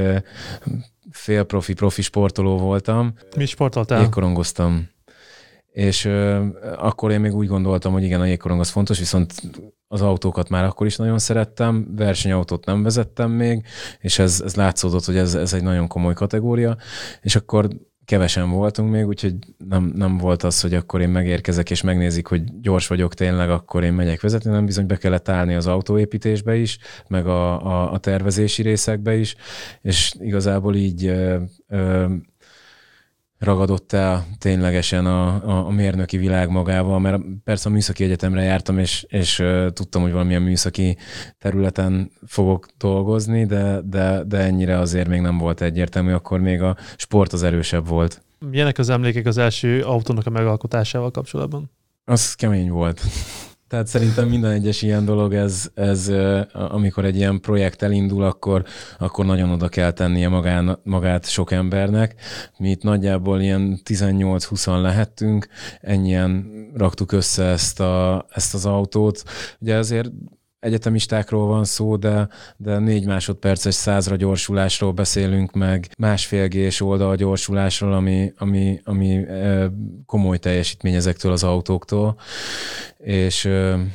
fél profi, profi sportoló voltam. Mi sportoltál? Jégkorongoztam. És ö, akkor én még úgy gondoltam, hogy igen, a jégkorong az fontos, viszont az autókat már akkor is nagyon szerettem, versenyautót nem vezettem még, és ez, ez látszódott, hogy ez, ez egy nagyon komoly kategória, és akkor kevesen voltunk még, úgyhogy nem, nem volt az, hogy akkor én megérkezek és megnézik, hogy gyors vagyok tényleg, akkor én megyek vezetni, nem bizony be kellett állni az autóépítésbe is, meg a, a, a tervezési részekbe is, és igazából így ö, ö, ragadott el ténylegesen a, a, a mérnöki világ magával, mert persze a műszaki egyetemre jártam, és, és uh, tudtam, hogy valamilyen műszaki területen fogok dolgozni, de, de, de ennyire azért még nem volt egyértelmű, akkor még a sport az erősebb volt. Milyenek az emlékek az első autónak a megalkotásával kapcsolatban? Az kemény volt. Tehát szerintem minden egyes ilyen dolog, ez, ez amikor egy ilyen projekt elindul, akkor, akkor nagyon oda kell tennie magán, magát sok embernek. Mi itt nagyjából ilyen tizennyolc-húszan lehettünk, ennyien raktuk össze ezt, a, ezt az autót. Ugye azért egyetemistákról van szó, de, de négy másodperces százra gyorsulásról beszélünk meg, másfél gés oldal gyorsulásról, ami, ami, ami komoly teljesítmény ezektől az autóktól, és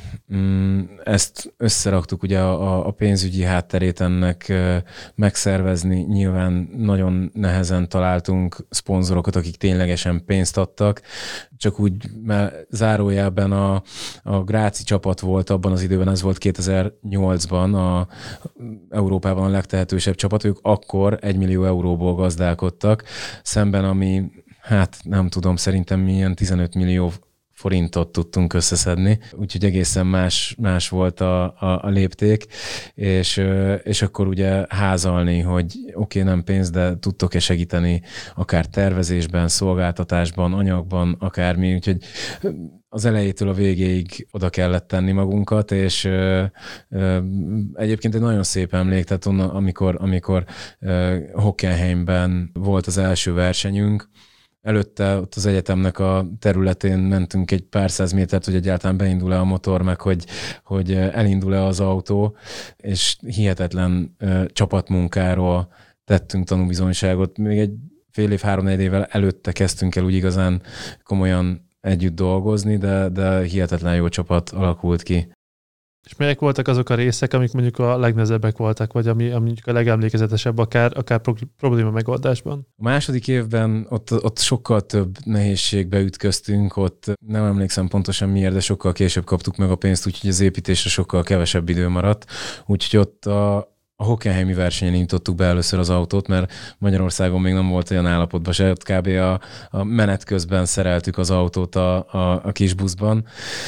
mm, ezt összeraktuk ugye a, a pénzügyi hátterét ennek megszervezni. Nyilván nagyon nehezen találtunk szponzorokat, akik ténylegesen pénzt adtak, csak úgy, mert zárójelben a, a Gráci csapat volt abban az időben, ez volt kétezer-nyolcban a Európában a legtehetősebb csapat, ők akkor egymillió euróból gazdálkodtak, szemben ami, hát nem tudom, szerintem milyen tizenöt millió forintot tudtunk összeszedni, úgyhogy egészen más, más volt a, a, a lépték, és, és akkor ugye házalni, hogy oké, okay, nem pénz, de tudtok-e segíteni akár tervezésben, szolgáltatásban, anyagban, akármi, úgyhogy az elejétől a végéig oda kellett tenni magunkat, és ö, ö, egyébként egy nagyon szép emlék, tehát onnan, amikor, amikor ö, Hockenheimben volt az első versenyünk, előtte ott az egyetemnek a területén mentünk egy pár száz métert, hogy egyáltalán beindul-e a motor, meg hogy, hogy elindul-e az autó, és hihetetlen ö, csapatmunkáról tettünk tanúbizonyságot. Még egy fél év, három-négy évvel előtte kezdtünk el úgy igazán komolyan együtt dolgozni, de, de hihetetlen jó csapat alakult ki. És melyek voltak azok a részek, amik mondjuk a legnehezebbek voltak, vagy ami, ami mondjuk a legemlékezetesebb akár, akár pro- probléma megoldásban? A második évben ott, ott sokkal több nehézségbe ütköztünk, ott nem emlékszem pontosan miért, de sokkal később kaptuk meg a pénzt, úgyhogy az építésre sokkal kevesebb idő maradt. Úgyhogy ott a, a Hockenheimi versenyen indítottuk be először az autót, mert Magyarországon még nem volt olyan állapotban se, ott kb. A, a menet közben szereltük az autót a, a, a kis buszban,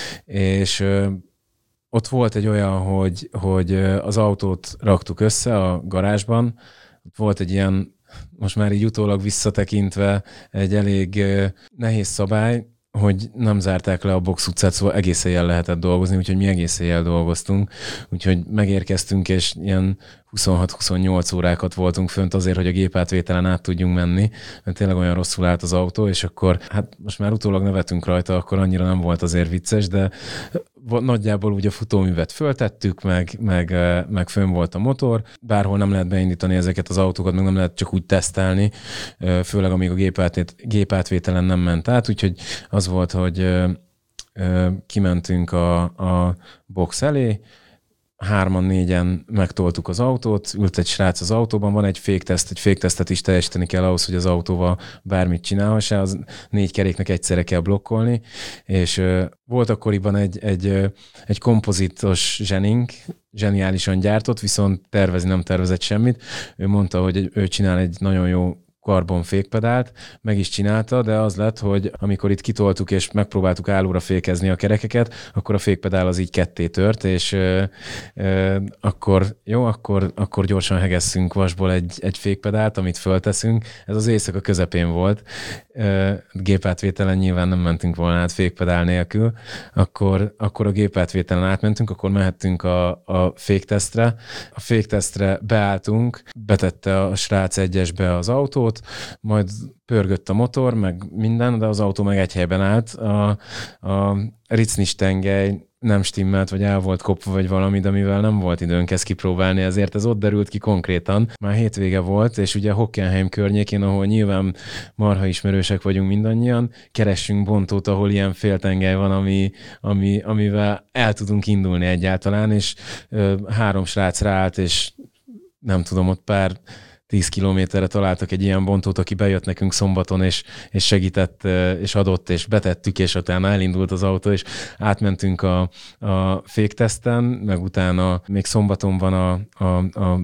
és ott volt egy olyan, hogy, hogy az autót raktuk össze a garázsban, ott volt egy ilyen, most már így utólag visszatekintve egy elég nehéz szabály, hogy nem zárták le a Box utcát, szóval egész éjjel lehetett dolgozni, úgyhogy mi egész éjjel dolgoztunk, úgyhogy megérkeztünk, és ilyen huszonhat-huszonnyolc órákat voltunk fönt azért, hogy a gépátvételen át tudjunk menni, mert tényleg olyan rosszul állt az autó, és akkor, hát most már utólag nevetünk rajta, akkor annyira nem volt azért vicces, de nagyjából úgy a futóművet föltettük, meg, meg, meg fönn volt a motor, bárhol nem lehet beindítani ezeket az autókat, meg nem lehet csak úgy tesztelni, főleg amíg a gépátvét, gépátvételen nem ment át, úgyhogy az volt, hogy kimentünk a, a box elé, hárman, négyen megtoltuk az autót, ült egy srác az autóban, van egy fékteszt, egy féktesztet is teljesíteni kell ahhoz, hogy az autóval bármit csinálhassál, az négy keréknek egyszerre kell blokkolni, és uh, volt akkoriban egy, egy, uh, egy kompozitos zsenink, zseniálisan gyártott, viszont tervezni nem tervezett semmit. Ő mondta, hogy ő csinál egy nagyon jó karbon fékpedált, meg is csinálta, de az lett, hogy amikor itt kitoltuk és megpróbáltuk állóra fékezni a kerekeket, akkor a fékpedál az így ketté tört, és ö, ö, akkor jó, akkor, akkor gyorsan hegesszünk vasból egy, egy fékpedált, amit fölteszünk. Ez az éjszaka közepén volt. Ö, gépátvételen nyilván nem mentünk volna át fékpedál nélkül. Akkor, akkor a gépátvételen átmentünk, akkor mehettünk a, a féktesztre. A féktesztre beálltunk, betette a srác egyesbe az autót, majd pörgött a motor, meg minden, de az autó meg egy helyben állt. A, a ricnis tengely nem stimmelt, vagy el volt kopva, vagy valami, de mivel nem volt időnk ezt kipróbálni, ezért ez ott derült ki konkrétan. Már hétvége volt, és ugye Hockenheim környékén, ahol nyilván marha ismerősek vagyunk mindannyian, keressünk bontót, ahol ilyen féltengely van, ami, ami, amivel el tudunk indulni egyáltalán, és ö, három srác ráállt, és nem tudom, ott pár tíz kilométerre találtak egy ilyen bontót, aki bejött nekünk szombaton, és, és segített, és adott, és betettük, és utána elindult az autó, és átmentünk a, a fékteszten, meg utána még szombaton van a, a, a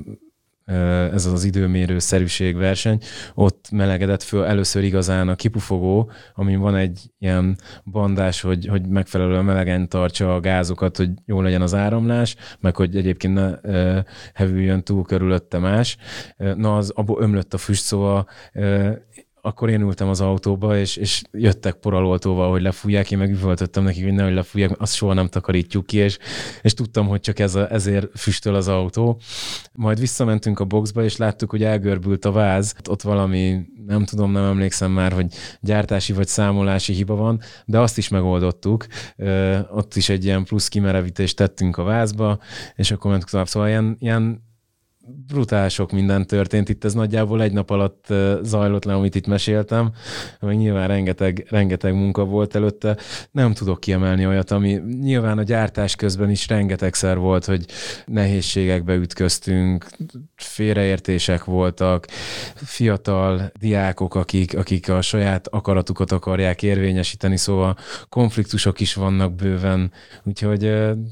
ez az időmérő szerűség verseny, ott melegedett föl először igazán a kipufogó, amin van egy ilyen bandás, hogy, hogy megfelelően melegen tartsa a gázokat, hogy jó legyen az áramlás, meg hogy egyébként ne e, hevüljön túl körülötte más. Na, az abból ömlött a füst, szóval e, akkor én ültem az autóba, és, és jöttek poraloltóval, hogy lefújják, én meg üvöltöttem nekik, hogy nehogy lefújják, azt soha nem takarítjuk ki, és, és tudtam, hogy csak ez a, ezért füstöl az autó. Majd visszamentünk a boxba, és láttuk, hogy elgörbült a váz. Ott valami, nem tudom, nem emlékszem már, hogy gyártási vagy számolási hiba van, de azt is megoldottuk. Ö, ott is egy ilyen plusz kimerevítést tettünk a vázba, és akkor mentünk tovább. Szóval ilyen, ilyen brutál sok minden történt. Itt ez nagyjából egy nap alatt zajlott le, amit itt meséltem. Meg nyilván rengeteg, rengeteg munka volt előtte. Nem tudok kiemelni olyat, ami nyilván a gyártás közben is rengetegszer volt, hogy nehézségekbe ütköztünk, félreértések voltak, fiatal diákok, akik, akik a saját akaratukat akarják érvényesíteni, szóval konfliktusok is vannak bőven. Úgyhogy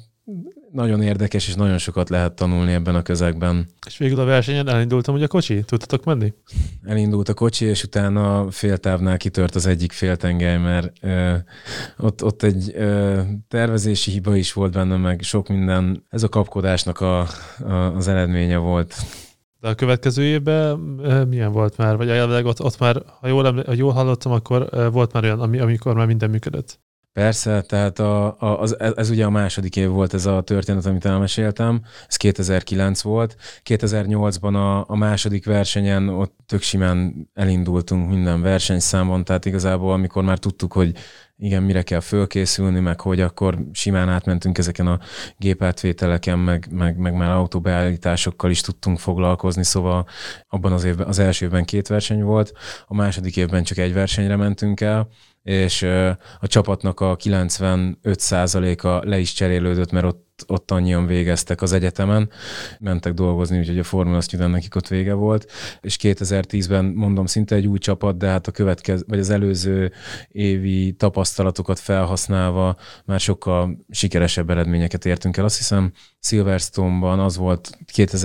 nagyon érdekes, és nagyon sokat lehet tanulni ebben a közegben. És végül a versenyen elindultam, hogy a kocsi? Tudtatok menni? Elindult a kocsi, és utána féltávnál kitört az egyik féltengely, mert ö, ott, ott egy ö, tervezési hiba is volt benne, meg sok minden. Ez a kapkodásnak a, a, az eredménye volt. De a következő évben milyen volt már? Vagy elvileg ott, ott már, ha jól, ha jól hallottam, akkor volt már olyan, amikor már minden működött. Persze, tehát a, a, az, ez ugye a második év volt ez a történet, amit elmeséltem, ez kétezer-kilenc volt. kétezer-nyolcban a, a második versenyen ott tök simán elindultunk minden versenyszámon, tehát igazából amikor már tudtuk, hogy igen, mire kell fölkészülni, meg hogy akkor simán átmentünk ezeken a gépátvételeken, meg, meg, meg már autóbeállításokkal is tudtunk foglalkozni, szóval abban az évben, az első évben két verseny volt, a második évben csak egy versenyre mentünk el, és a csapatnak a kilencvenöt százaléka le is cserélődött, mert ott, ott annyian végeztek az egyetemen, mentek dolgozni, úgyhogy a Formula Student nekik ott vége volt, és kétezer-tízben mondom szinte egy új csapat, de hát a következő, vagy az előző évi tapasztalatokat felhasználva már sokkal sikeresebb eredményeket értünk el. Azt hiszem Silverstone-ban az volt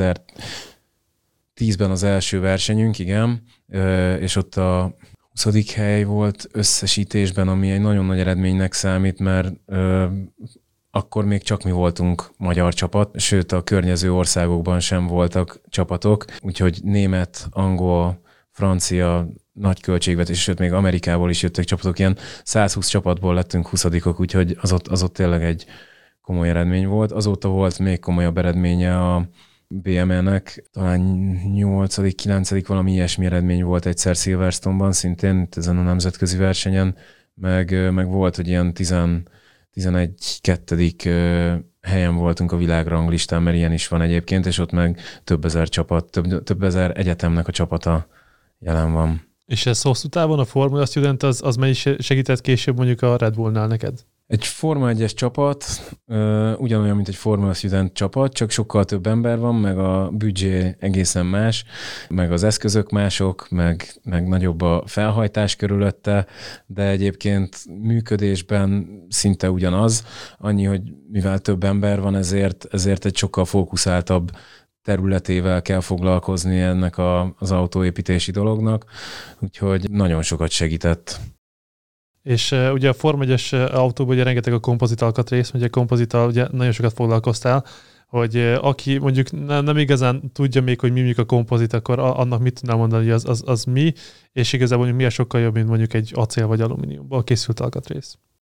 kétezer-tízben az első versenyünk, igen, és ott a huszadik hely volt összesítésben, ami egy nagyon nagy eredménynek számít, mert ö, akkor még csak mi voltunk magyar csapat, sőt a környező országokban sem voltak csapatok, úgyhogy német, angol, francia, nagy költségvetés, sőt még Amerikából is jöttek csapatok, ilyen százhúsz csapatból lettünk huszadikok, úgyhogy az ott, az ott tényleg egy komoly eredmény volt. Azóta volt még komolyabb eredménye a bé em é-nek, talán nyolcadik, kilencedik valami ilyesmi eredmény volt egyszer Silverstone-ban, szintén ezen a nemzetközi versenyen, meg, meg volt, hogy ilyen tizenegy-kettedik helyen voltunk a világranglistán, mert ilyen is van egyébként, és ott meg több ezer csapat, több, több ezer egyetemnek a csapata jelen van. És ez hosszú távon a Formula Student az, az mennyi segített később mondjuk a Red Bullnál neked? Egy Forma egyes csapat uh, ugyanolyan, mint egy Formula Student csapat, csak sokkal több ember van, meg a büdzsé egészen más, meg az eszközök mások, meg, meg nagyobb a felhajtás körülötte, de egyébként működésben szinte ugyanaz, annyi, hogy mivel több ember van, ezért, ezért egy sokkal fókuszáltabb területével kell foglalkozni ennek a, az autóépítési dolognak, úgyhogy nagyon sokat segített. És uh, ugye a Form egyes autóban ugye rengeteg a kompozit alkatrész, ugye a kompozittal ugye nagyon sokat foglalkoztál, hogy uh, aki mondjuk nem, nem igazán tudja még, hogy mi mondjuk a kompozit, akkor a, annak mit tudnál mondani, hogy az, az, az mi, és igazából mondjuk mi a sokkal jobb, mint mondjuk egy acél vagy alumíniumból készült alkatrész?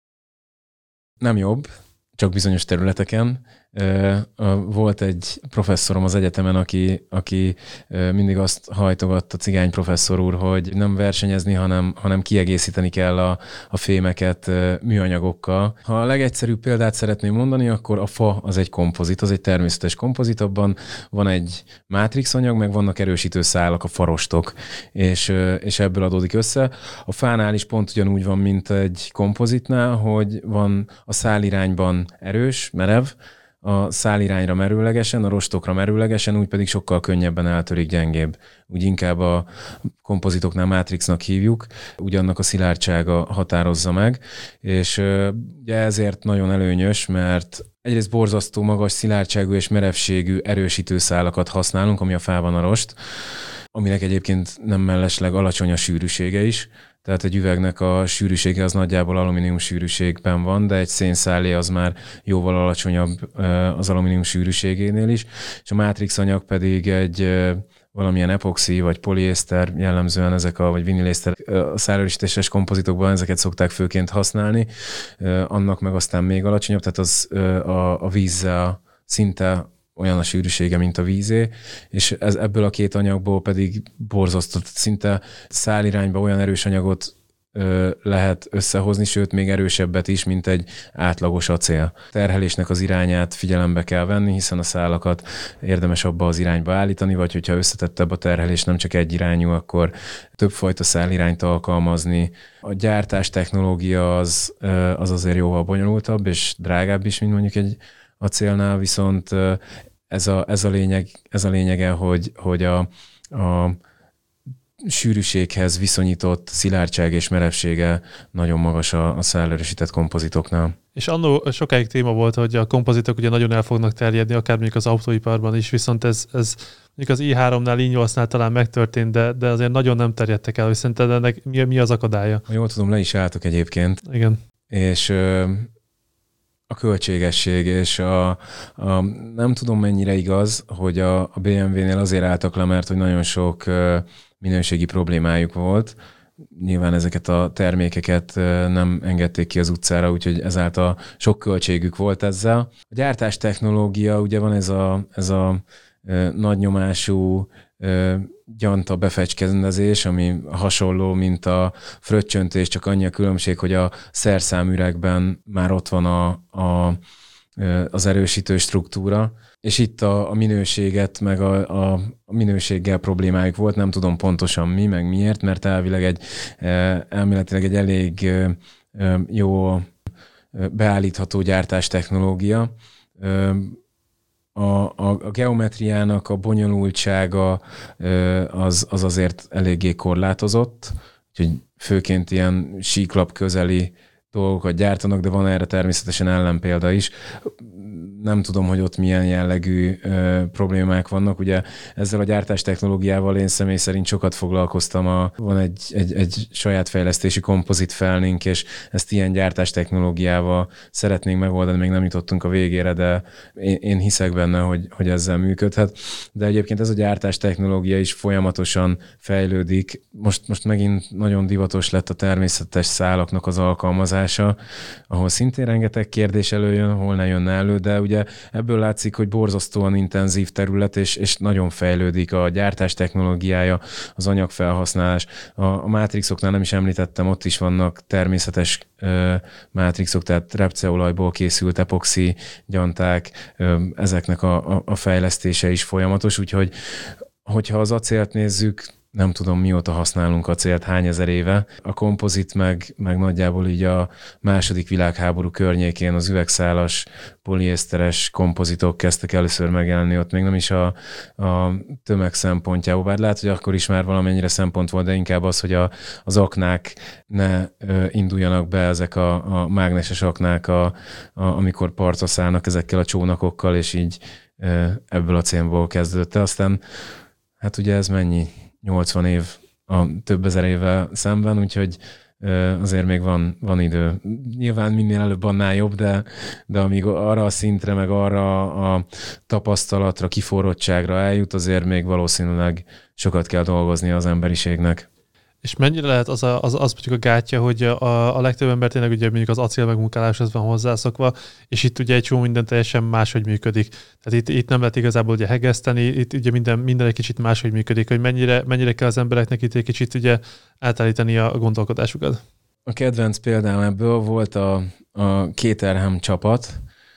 Nem jobb, csak bizonyos területeken. Volt egy professzorom az egyetemen, aki, aki mindig azt hajtogatta, cigány professzor úr, hogy nem versenyezni, hanem, hanem kiegészíteni kell a, a fémeket műanyagokkal. Ha a legegyszerűbb példát szeretném mondani, akkor a fa az egy kompozit, az egy természetes kompozit, abban van egy mátrixanyag, meg vannak erősítő szálak, a farostok, és, és ebből adódik össze. A fánál is pont ugyanúgy van, mint egy kompozitnál, hogy van a szálirányban erős, merev, a szálirányra merőlegesen, a rostokra merőlegesen, úgy pedig sokkal könnyebben eltörik, gyengébb. Úgy inkább a kompozitoknál mátrixnak hívjuk, ugyannak a szilárdsága határozza meg, és ugye ezért nagyon előnyös, mert egyrészt borzasztó magas szilárdságú és merevségű erősítő szálakat használunk, ami a fában a rost, aminek egyébként nem mellesleg alacsony a sűrűsége is. Tehát egy üvegnek a sűrűsége az nagyjából alumínium sűrűségben van, de egy szénszálé az már jóval alacsonyabb az alumínium sűrűségénél is, és a mátrix anyag pedig egy valamilyen epoxi vagy poliészter, jellemzően ezek a, vagy vinilészter, a szárerősítéses kompozitokban ezeket szokták főként használni, annak meg aztán még alacsonyabb, tehát az a, a vízzel szinte olyan a sűrűsége, mint a vízé, és ez, ebből a két anyagból pedig borzasztó, szinte szálirányba olyan erős anyagot ö, lehet összehozni, sőt még erősebbet is, mint egy átlagos acél. Terhelésnek az irányát figyelembe kell venni, hiszen a szálakat érdemes abba az irányba állítani, vagy hogyha összetettebb a terhelés, nem csak egy irányú, akkor többfajta szálirányt alkalmazni. A gyártás technológia az, az azért jóval bonyolultabb, és drágább is, mint mondjuk egy acélnál, viszont ez a, ez a, lényeg, ez a lényege, hogy, hogy a, a sűrűséghez viszonyított szilárdság és merevsége nagyon magas a, a szállerősített kompozitoknál. És annó sokáig téma volt, hogy a kompozitok ugye nagyon el fognak terjedni, akár mondjuk az autóiparban is, viszont ez, ez mondjuk az i háromnál, i nyolcnál talán megtörtént, de, de azért nagyon nem terjedtek el, hogy szerinted ennek mi, mi az akadálya? Ha jól tudom, le is álltok egyébként. Igen. És a költségesség, és a, a, nem tudom mennyire igaz, hogy a, a bé em vé-nél azért álltak le, mert hogy nagyon sok minőségi problémájuk volt. Nyilván ezeket a termékeket nem engedték ki az utcára, úgyhogy ezáltal sok költségük volt ezzel. A gyártás technológia, ugye van ez a, ez a nagynyomású gyanta befecskendezés, ami hasonló, mint a fröccsöntés, csak annyi a különbség, hogy a szerszámüregben már ott van a, a, az erősítő struktúra, és itt a, a minőséget, meg a, a, a minőséggel problémájuk volt, nem tudom pontosan mi, meg miért, mert elvileg egy, elméletileg egy elég jó beállítható gyártás technológia. A, a, a geometriának a bonyolultsága az, az azért eléggé korlátozott, úgyhogy főként ilyen síklap közeli dolgokat gyártanak, de van erre természetesen ellenpélda is. Nem tudom, hogy ott milyen jellegű ö, problémák vannak. Ugye ezzel a gyártás technológiával én személy szerint sokat foglalkoztam. A, van egy, egy, egy saját fejlesztési kompozit felnénk, és ezt ilyen gyártás technológiával szeretnénk megoldani, még nem jutottunk a végére, de én, én hiszek benne, hogy, hogy ezzel működhet. De egyébként ez a gyártás technológia is folyamatosan fejlődik. Most, most megint nagyon divatos lett a természetes szálaknak az alkalmazása, ahol szintén rengeteg kérdés előjön, hol ne jönne elő, de ugye ebből látszik, hogy borzasztóan intenzív terület, és, és nagyon fejlődik a gyártás technológiája, az anyagfelhasználás. A, a mátrixoknál nem is említettem, ott is vannak természetes ö, mátrixok, tehát repceolajból készült epoxi gyanták, ö, ezeknek a, a, a fejlesztése is folyamatos, úgyhogy hogyha az acélt nézzük, nem tudom, mióta használunk acélt, hány ezer éve. A kompozit meg, meg nagyjából így a második világháború környékén az üvegszálas, poliészteres kompozitok kezdtek először megjelenni, ott még nem is a, a tömeg szempontjából, bár lehet, hogy akkor is már valamennyire szempont volt, de inkább az, hogy a, az aknák ne ö, induljanak be, ezek a, a mágneses aknák, a, a, amikor partra szállnak ezekkel a csónakokkal, és így ebből a célból kezdődött. Aztán hát ugye ez mennyi? nyolcvan év a több ezer évvel szemben, úgyhogy azért még van, van idő. Nyilván minél előbb annál jobb, de, de amíg arra a szintre, meg arra a tapasztalatra, kiforrottságra eljut, azért még valószínűleg sokat kell dolgozni az emberiségnek. És mennyire lehet az, a, az, az mondjuk a gátja, hogy a, a legtöbb ember tényleg ugye mondjuk az acél megmunkáláshoz van hozzászokva, és itt ugye egy csomó minden teljesen máshogy működik. Tehát itt, itt nem lehet igazából ugye hegeszteni, itt ugye minden, minden egy kicsit máshogy működik, hogy mennyire, mennyire kell az embereknek itt egy kicsit ugye átállítani a gondolkodásukat. A kedvenc példám ebből volt a, a Caterham csapat,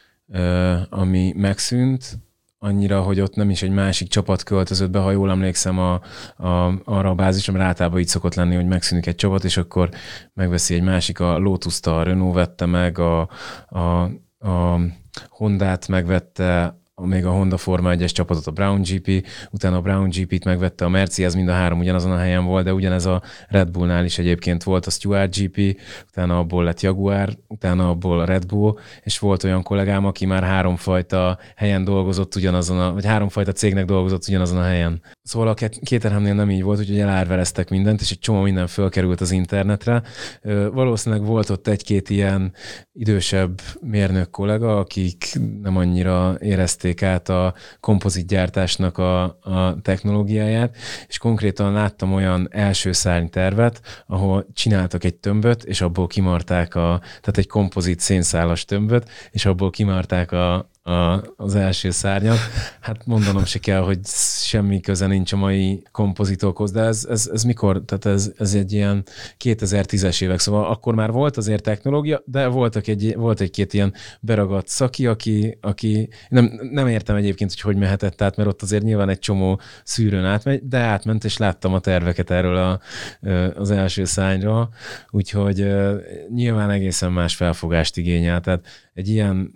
ami megszűnt, annyira, hogy ott nem is egy másik csapat költözött be, ha jól emlékszem a, a, arra a bázisra, mert általában így szokott lenni, hogy megszűnik egy csapat, és akkor megveszi egy másik, a Lotus-t a Renault vette meg, a, a, a Hondát megvette, még a Honda Forma egyes csapatot a Brown gé pé, utána a Brown gé pét megvette a Mercedes, mind a három ugyanazon a helyen volt, de ugyanez a Red Bullnál is egyébként volt a Stewart gé pé, utána abból lett Jaguar, utána abból a Red Bull, és volt olyan kollégám, aki már háromfajta helyen dolgozott ugyanazon a, vagy háromfajta cégnek dolgozott ugyanazon a helyen. Szóval a Caterhamnél nem így volt, úgyhogy elárvereztek mindent, és egy csomó minden fölkerült az internetre. Valószínűleg volt ott egy-két ilyen idősebb mérnök kollega, akik nem annyira érezték át a kompozitgyártásnak a, a technológiáját, és konkrétan láttam olyan első szárnytervet, ahol csináltak egy tömböt, és abból kimarták a, tehát egy kompozit szénszálas tömböt, és abból kimarták a, a, az első szárnyat. Hát mondanom se kell, hogy semmi köze nincs a mai kompozitokhoz, de ez, ez, ez mikor? Tehát ez, ez egy ilyen kétezer-tízes évek, szóval akkor már volt azért technológia, de voltak egy, volt egy-két ilyen beragadt szaki, aki, aki nem, nem értem egyébként, hogy hogy mehetett át, mert ott azért nyilván egy csomó szűrőn átmegy, de átment, és láttam a terveket erről a, az első szárnyra, úgyhogy nyilván egészen más felfogást igényel. Tehát egy ilyen,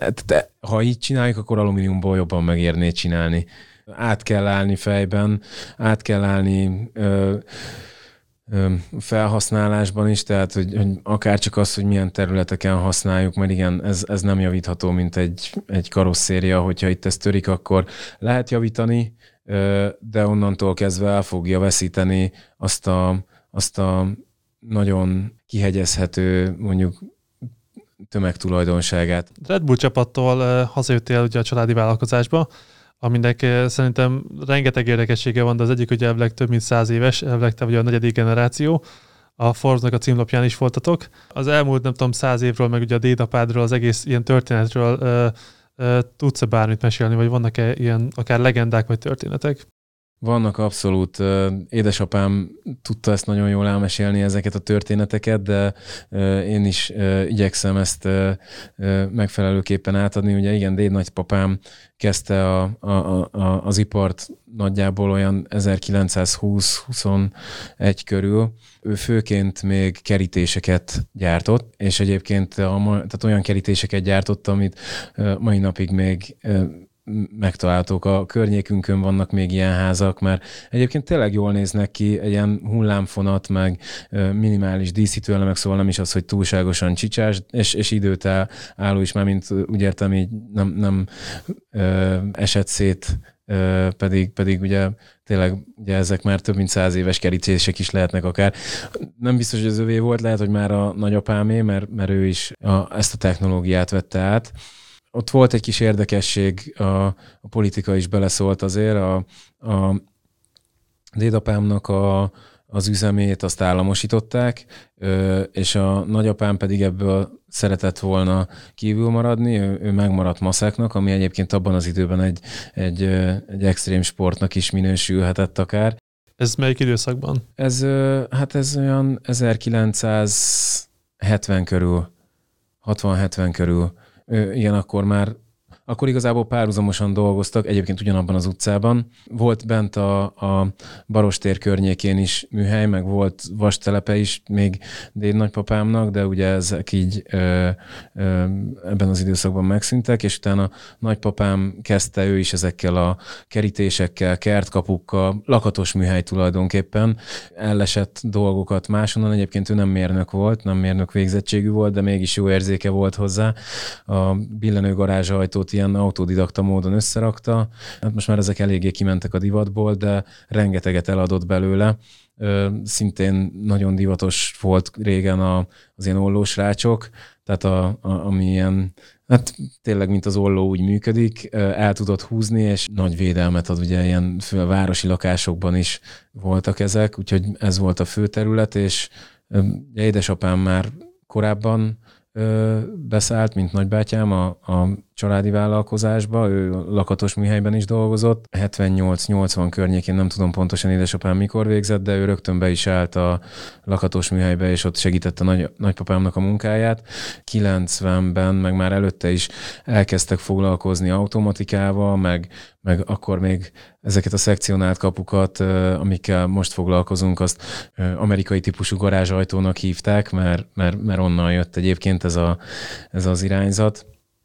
ha így csináljuk, akkor alumíniumból jobban megérné csinálni. Át kell állni fejben, át kell állni ö, ö, felhasználásban is, tehát hogy, hogy akár csak az, hogy milyen területeken használjuk, mert igen, ez, ez nem javítható, mint egy, egy karosszéria, hogyha itt ez törik, akkor lehet javítani, ö, de onnantól kezdve el fogja veszíteni azt a, azt a nagyon kihegyezhető, mondjuk tömegtulajdonságát. Red Bull csapattól hazajöttél ugye a családi vállalkozásba, aminek szerintem rengeteg érdekessége van, de az egyik ugye elvileg több mint száz éves, elvileg te vagy a negyedik generáció. A Forbes-nak a címlapján is voltatok. Az elmúlt, nem tudom, száz évről, meg ugye a dédapádról, az egész ilyen történetről ö, ö, tudsz-e bármit mesélni, vagy vannak-e ilyen akár legendák, vagy történetek? Vannak abszolút. Édesapám tudta ezt nagyon jól elmesélni, ezeket a történeteket, de én is igyekszem ezt megfelelőképpen átadni. Ugye igen, déd nagypapám kezdte a, a, a, az ipart nagyjából olyan ezerkilencszázhúsz-huszonegy körül. Ő főként még kerítéseket gyártott, és egyébként a, tehát olyan kerítéseket gyártott, amit mai napig még megtaláltuk. A környékünkön vannak még ilyen házak, mert egyébként tényleg jól néznek ki, egy ilyen hullámfonat, meg minimális díszítőelemek, szóval nem is az, hogy túlságosan csicsás, és, és időt álló is, már mint úgy értem, így nem, nem ö, esett szét, ö, pedig, pedig ugye tényleg ugye ezek már több mint száz éves kerítések is lehetnek akár. Nem biztos, hogy az övé volt, lehet, hogy már a nagyapámé, mert, mert ő is a, ezt a technológiát vette át. Ott volt egy kis érdekesség, a, a politika is beleszólt azért, a, a dédapámnak a, az üzemét azt államosították, és a nagyapám pedig ebből szeretett volna kívül maradni, ő, ő megmaradt maszeknak, ami egyébként abban az időben egy, egy, egy extrém sportnak is minősülhetett akár. Ez melyik időszakban? Ez, hát ez olyan ezerkilencszázhetven körül, hatvan-hetven körül. Igen, akkor már, akkor igazából párhuzamosan dolgoztak, egyébként ugyanabban az utcában. Volt bent a, a Barostér környékén is műhely, meg volt vastelepe is még déd nagypapámnak, de ugye ezek így ö, ö, ebben az időszakban megszűntek, és utána nagypapám kezdte ő is ezekkel a kerítésekkel, kertkapukkal, lakatos műhely tulajdonképpen, ellesett dolgokat máshonnan. Egyébként ő nem mérnök volt, nem mérnök végzettségű volt, de mégis jó érzéke volt hozzá. A billenő garázsajtót ilyen ilyen autodidakta módon összerakta. Hát most már ezek eléggé kimentek a divatból, de rengeteget eladott belőle. Szintén nagyon divatos volt régen a, az ilyen ollósrácsok, tehát a, a, ami ilyen, hát tényleg mint az olló úgy működik, el tudott húzni, és nagy védelmet ad, ugye ilyen fő, városi lakásokban is voltak ezek, úgyhogy ez volt a fő terület, és ugye édesapám már korábban ö, beszállt, mint nagybátyám a, a családi vállalkozásba, ő lakatos műhelyben is dolgozott. hetvennyolc nyolcvan környékén, nem tudom pontosan édesapám mikor végzett, de ő rögtön be is állt a lakatos műhelybe, és ott segítette nagy, nagypapámnak a munkáját. kilencvenben, meg már előtte is elkezdtek foglalkozni automatikával, meg, meg akkor még ezeket a szekcionált kapukat, amikkel most foglalkozunk, azt amerikai típusú garázsajtónak hívták, mert, mert, mert onnan jött egyébként ez, a, ez az irányzat.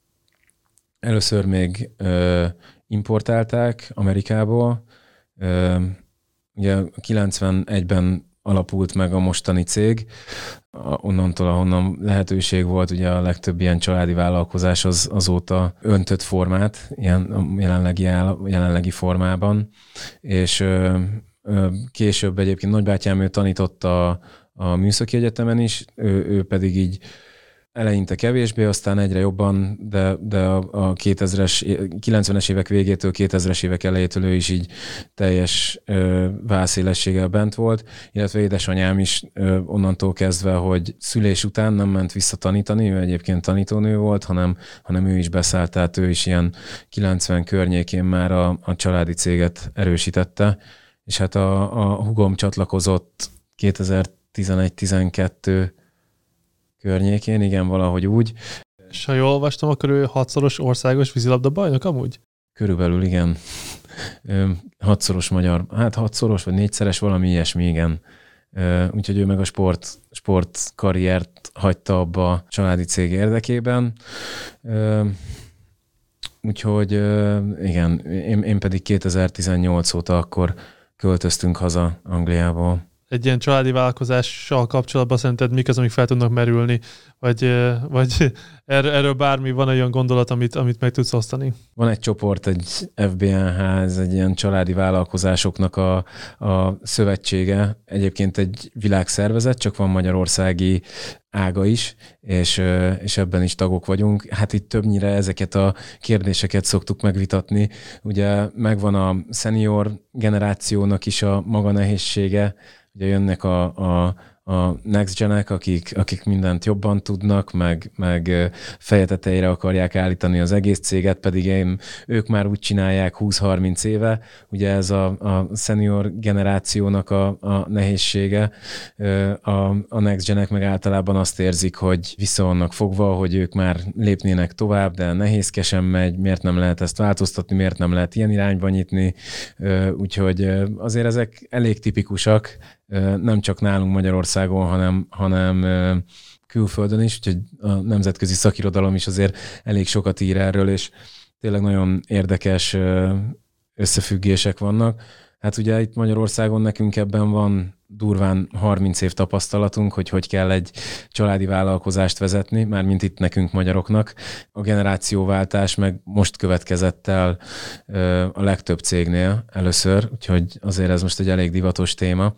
Először még ö, importálták Amerikából. Ö, ugye kilencvenegyben alapult meg a mostani cég. Onnantól, ahonnan lehetőség volt, ugye a legtöbb ilyen családi vállalkozás az, azóta öntött formát, ilyen jelenlegi, áll, jelenlegi formában. És ö, ö, később egyébként nagybátyám ő tanította a, a műszaki egyetemen is, ő, ő pedig így eleinte kevésbé, aztán egyre jobban, de, de a, a kétezres, kilencvenes évek végétől, kétezres évek elejétől ő is így teljes ö, válszélességgel bent volt, illetve édesanyám is ö, onnantól kezdve, hogy szülés után nem ment vissza tanítani, ő egyébként tanítónő volt, hanem, hanem ő is beszállt, tehát ő is ilyen kilencven környékén már a, a családi céget erősítette, és hát a, a hugom csatlakozott kétezer-tizenegy tizenkettő környékén, igen, valahogy úgy. És ha jól olvastam, akkor ő hatszoros országos vízilabda bajnok amúgy? Körülbelül, igen. Hatszoros magyar, hát hatszoros, vagy négyszeres, valami ilyesmi, igen. Úgyhogy ő meg a sport, sport karriert hagyta abba a családi cég érdekében. Úgyhogy igen, én, én pedig kétezer-tizennyolc óta akkor költöztünk haza Angliából. Egy ilyen családi vállalkozással kapcsolatban szerinted mik az, amik fel tudnak merülni? Vagy, vagy erről bármi, van olyan gondolat, amit, amit meg tudsz osztani? Van egy csoport, egy ef bé en há, ez egy ilyen családi vállalkozásoknak a, a szövetsége. Egyébként egy világszervezet, csak van magyarországi ága is, és, és ebben is tagok vagyunk. Hát itt többnyire ezeket a kérdéseket szoktuk megvitatni. Ugye megvan a senior generációnak is a maga nehézsége, ugye jönnek a, a, a next genek, akik, akik mindent jobban tudnak, meg, meg feje tetejére akarják állítani az egész céget, pedig én, ők már úgy csinálják húsz-harminc éve. Ugye ez a, a senior generációnak a, a nehézsége. A, a next genek meg általában azt érzik, hogy vissza vannak fogva, hogy ők már lépnének tovább, de nehézkesen megy, miért nem lehet ezt változtatni, miért nem lehet ilyen irányba nyitni. Úgyhogy azért ezek elég tipikusak, nem csak nálunk Magyarországon, hanem, hanem külföldön is, úgyhogy a nemzetközi szakirodalom is azért elég sokat ír erről, és tényleg nagyon érdekes összefüggések vannak. Hát ugye itt Magyarországon nekünk ebben van durván harminc év tapasztalatunk, hogy hogy kell egy családi vállalkozást vezetni, mármint itt nekünk magyaroknak. A generációváltás meg most következett el a legtöbb cégnél először, úgyhogy azért ez most egy elég divatos téma.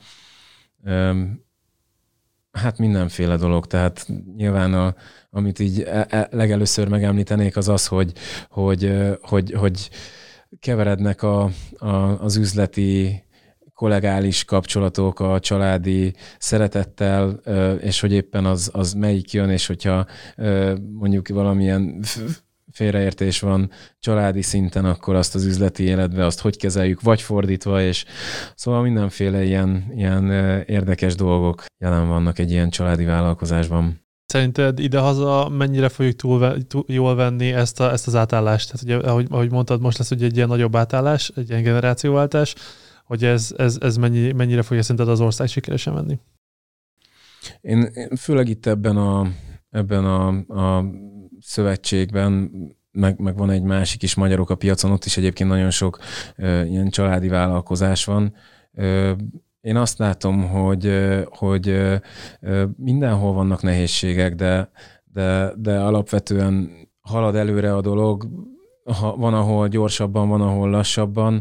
Hát mindenféle dolog, tehát nyilván a, amit így legelőször megemlítenék, az az, hogy, hogy, hogy, hogy keverednek a, a, az üzleti kollegális kapcsolatok a családi szeretettel, és hogy éppen az, az melyik jön, és hogyha mondjuk valamilyen félreértés van családi szinten, akkor azt az üzleti életben azt hogy kezeljük, vagy fordítva, és szóval mindenféle ilyen, ilyen érdekes dolgok jelen vannak egy ilyen családi vállalkozásban. Szerinted idehaza mennyire fogjuk túl, túl jól venni ezt, a, ezt az átállást? Tehát ugye, ahogy, ahogy mondtad, most lesz ugye egy ilyen nagyobb átállás, egy ilyen generációváltás, hogy ez, ez, ez mennyi, mennyire fogja szerinted az ország sikeresen menni? Én főleg itt ebben a, ebben a, a szövetségben, meg, meg van egy másik is, Magyarok a piacon, ott is egyébként nagyon sok ö, ilyen családi vállalkozás van. Ö, én azt látom, hogy, hogy ö, mindenhol vannak nehézségek, de, de, de alapvetően halad előre a dolog. ha van, ahol gyorsabban, van, ahol lassabban,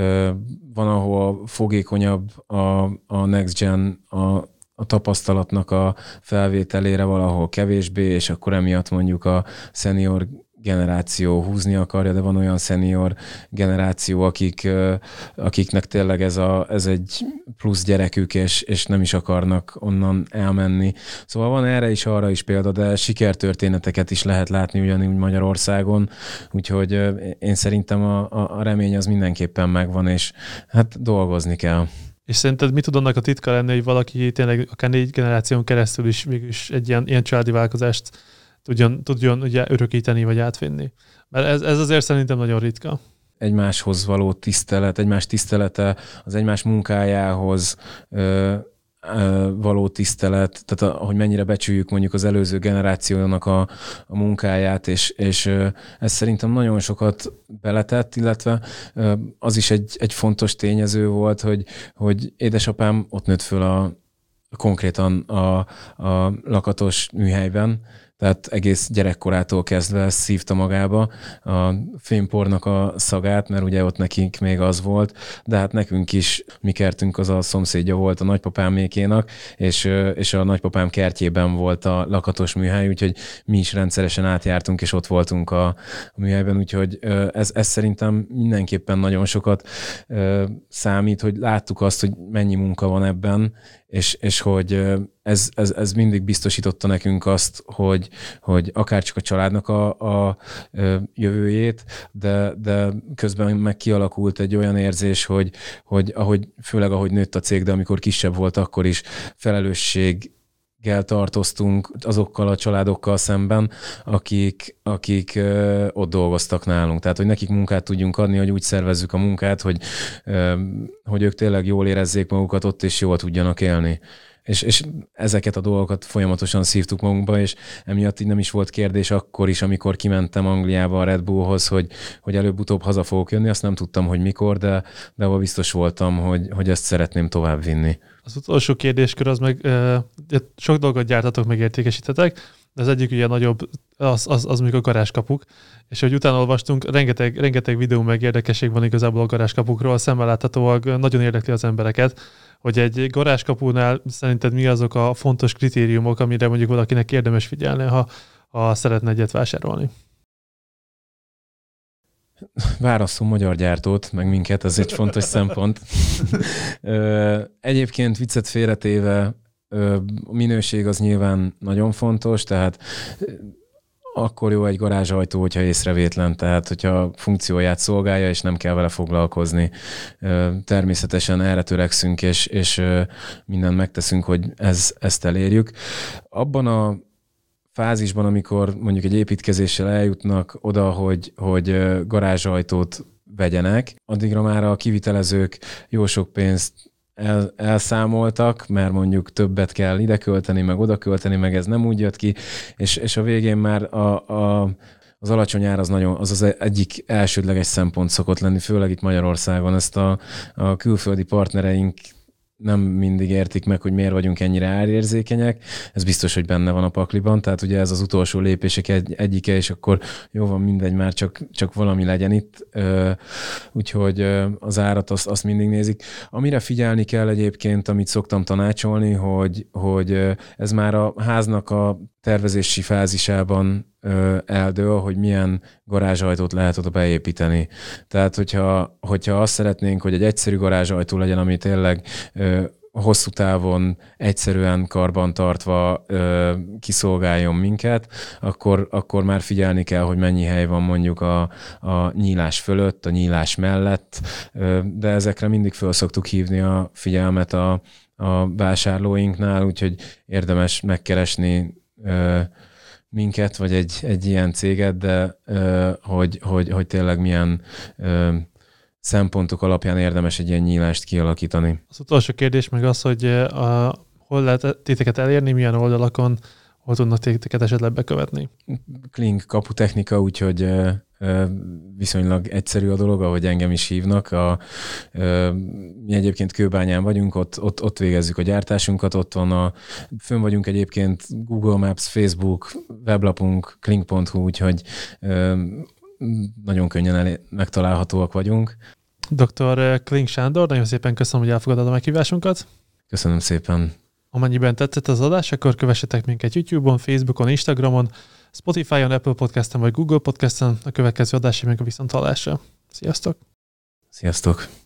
van, ahol fogékonyabb a, a next gen, a, a tapasztalatnak a felvételére, valahol kevésbé, és akkor emiatt mondjuk a senior generáció húzni akarja, de van olyan senior generáció, akik, akiknek tényleg ez, a, ez egy plusz gyerekük, és, és nem is akarnak onnan elmenni. Szóval van erre is, arra is példa, de sikertörténeteket is lehet látni ugyanúgy Magyarországon, úgyhogy én szerintem a, a, a remény az mindenképpen megvan, és hát dolgozni kell. És szerinted mi tud annak a titka lenni, hogy valaki tényleg akár négy generáción keresztül is végülis egy ilyen, ilyen családi vállalkozást tudjon, tudjon ugye örökíteni vagy átvinni? Mert ez, ez azért szerintem nagyon ritka. Egymáshoz való tisztelet, egymás tisztelete, az egymás munkájához ö, ö, való tisztelet, tehát a, hogy mennyire becsüljük mondjuk az előző generációnak a, a munkáját, és, és ö, ez szerintem nagyon sokat beletett, illetve ö, az is egy, egy fontos tényező volt, hogy, hogy édesapám ott nőtt föl a, konkrétan a, a lakatos műhelyben, tehát egész gyerekkorától kezdve ezt szívta magába a fémpornak a szagát, mert ugye ott nekünk még az volt, de hát nekünk is, mi kertünk az a szomszédja volt a nagypapámékénak, és, és a nagypapám kertjében volt a lakatos műhely, úgyhogy mi is rendszeresen átjártunk, és ott voltunk a, a műhelyben, úgyhogy ez, ez szerintem mindenképpen nagyon sokat számít, hogy láttuk azt, hogy mennyi munka van ebben, és, és hogy ez, ez, ez mindig biztosította nekünk azt, hogy, hogy akár csak a családnak a, a jövőjét, de, de közben meg kialakult egy olyan érzés, hogy, hogy ahogy, főleg ahogy nőtt a cég, de amikor kisebb volt, akkor is felelősség tartoztunk azokkal a családokkal szemben, akik, akik ö, ott dolgoztak nálunk. Tehát, hogy nekik munkát tudjunk adni, hogy úgy szervezzük a munkát, hogy, ö, hogy ők tényleg jól érezzék magukat ott, és jól tudjanak élni. És, és ezeket a dolgokat folyamatosan szívtuk magunkba, és emiatt így nem is volt kérdés akkor is, amikor kimentem Angliába a Red Bullhoz, hogy, hogy előbb-utóbb haza fogok jönni. Azt nem tudtam, hogy mikor, de, de ahol biztos voltam, hogy, hogy ezt szeretném tovább vinni. Az utolsó kérdéskör az meg, e, sok dolgot gyártatok, meg értékesítetek, de az egyik ugye nagyobb, az, az, az mondjuk a garázskapuk, és hogy utána olvastunk, rengeteg, rengeteg videó meg érdekesség van igazából a garázskapukról, szemmel láthatóan nagyon érdekli az embereket, hogy egy garázskapunál szerinted mi azok a fontos kritériumok, amire mondjuk valakinek érdemes figyelni, ha, ha szeretne egyet vásárolni? Válasszunk magyar gyártót, meg minket, ez egy fontos szempont. Egyébként viccet félretéve, a minőség az nyilván nagyon fontos, tehát akkor jó egy garázsajtó, hogyha észrevétlen, tehát hogyha funkcióját szolgálja, és nem kell vele foglalkozni. Természetesen erre törekszünk, és, és mindent megteszünk, hogy ez, ezt elérjük. Abban a fázisban, amikor mondjuk egy építkezéssel eljutnak oda, hogy, hogy garázsajtót vegyenek, addigra már a kivitelezők jó sok pénzt El, elszámoltak, mert mondjuk többet kell ide költeni, meg oda költeni, meg ez nem úgy jött ki, és, és a végén már a, a, az alacsony ár az, nagyon, az az egyik elsődleges szempont szokott lenni, főleg itt Magyarországon. Ezt a, a külföldi partnereink nem mindig értik meg, hogy miért vagyunk ennyire árérzékenyek. Ez biztos, hogy benne van a pakliban, tehát ugye ez az utolsó lépések egy, egyike, és akkor jó van, mindegy, már csak, csak valami legyen itt. Úgyhogy az árat azt, azt mindig nézik. Amire figyelni kell egyébként, amit szoktam tanácsolni, hogy, hogy ez már a háznak a tervezési fázisában eldől, hogy milyen garázsajtót lehet oda beépíteni. Tehát, hogyha, hogyha azt szeretnénk, hogy egy egyszerű garázsajtó legyen, ami tényleg hosszú távon egyszerűen karbantartva ö, kiszolgáljon minket, akkor, akkor már figyelni kell, hogy mennyi hely van mondjuk a, a nyílás fölött, a nyílás mellett, ö, de ezekre mindig föl szoktuk hívni a figyelmet a, a vásárlóinknál, úgyhogy érdemes megkeresni ö, minket, vagy egy, egy ilyen céget, de ö, hogy, hogy, hogy tényleg milyen ö, szempontok alapján érdemes egy ilyen nyílást kialakítani. Az utolsó kérdés meg az, hogy a, hol lehet titeket elérni, milyen oldalakon, hol tudnak titeket esetleg bekövetni? Kling kaputechnika, úgyhogy ö, ö, viszonylag egyszerű a dolog, ahogy engem is hívnak. A, ö, mi egyébként Kőbányán vagyunk, ott, ott, ott végezzük a gyártásunkat, ott van a, fönn vagyunk egyébként Google Maps, Facebook, weblapunk, kling pont hu, úgyhogy ö, nagyon könnyen elé, megtalálhatóak vagyunk. doktor Kling Sándor, nagyon szépen köszönöm, hogy elfogadod a meghívásunkat. Köszönöm szépen. Amennyiben tetszett az adás, akkor kövessetek minket YouTube-on, Facebookon, Instagramon, Spotify-on, Apple Podcast-en vagy Google Podcast-en. A következő adásig meg a viszonthallásra. Sziasztok! Sziasztok!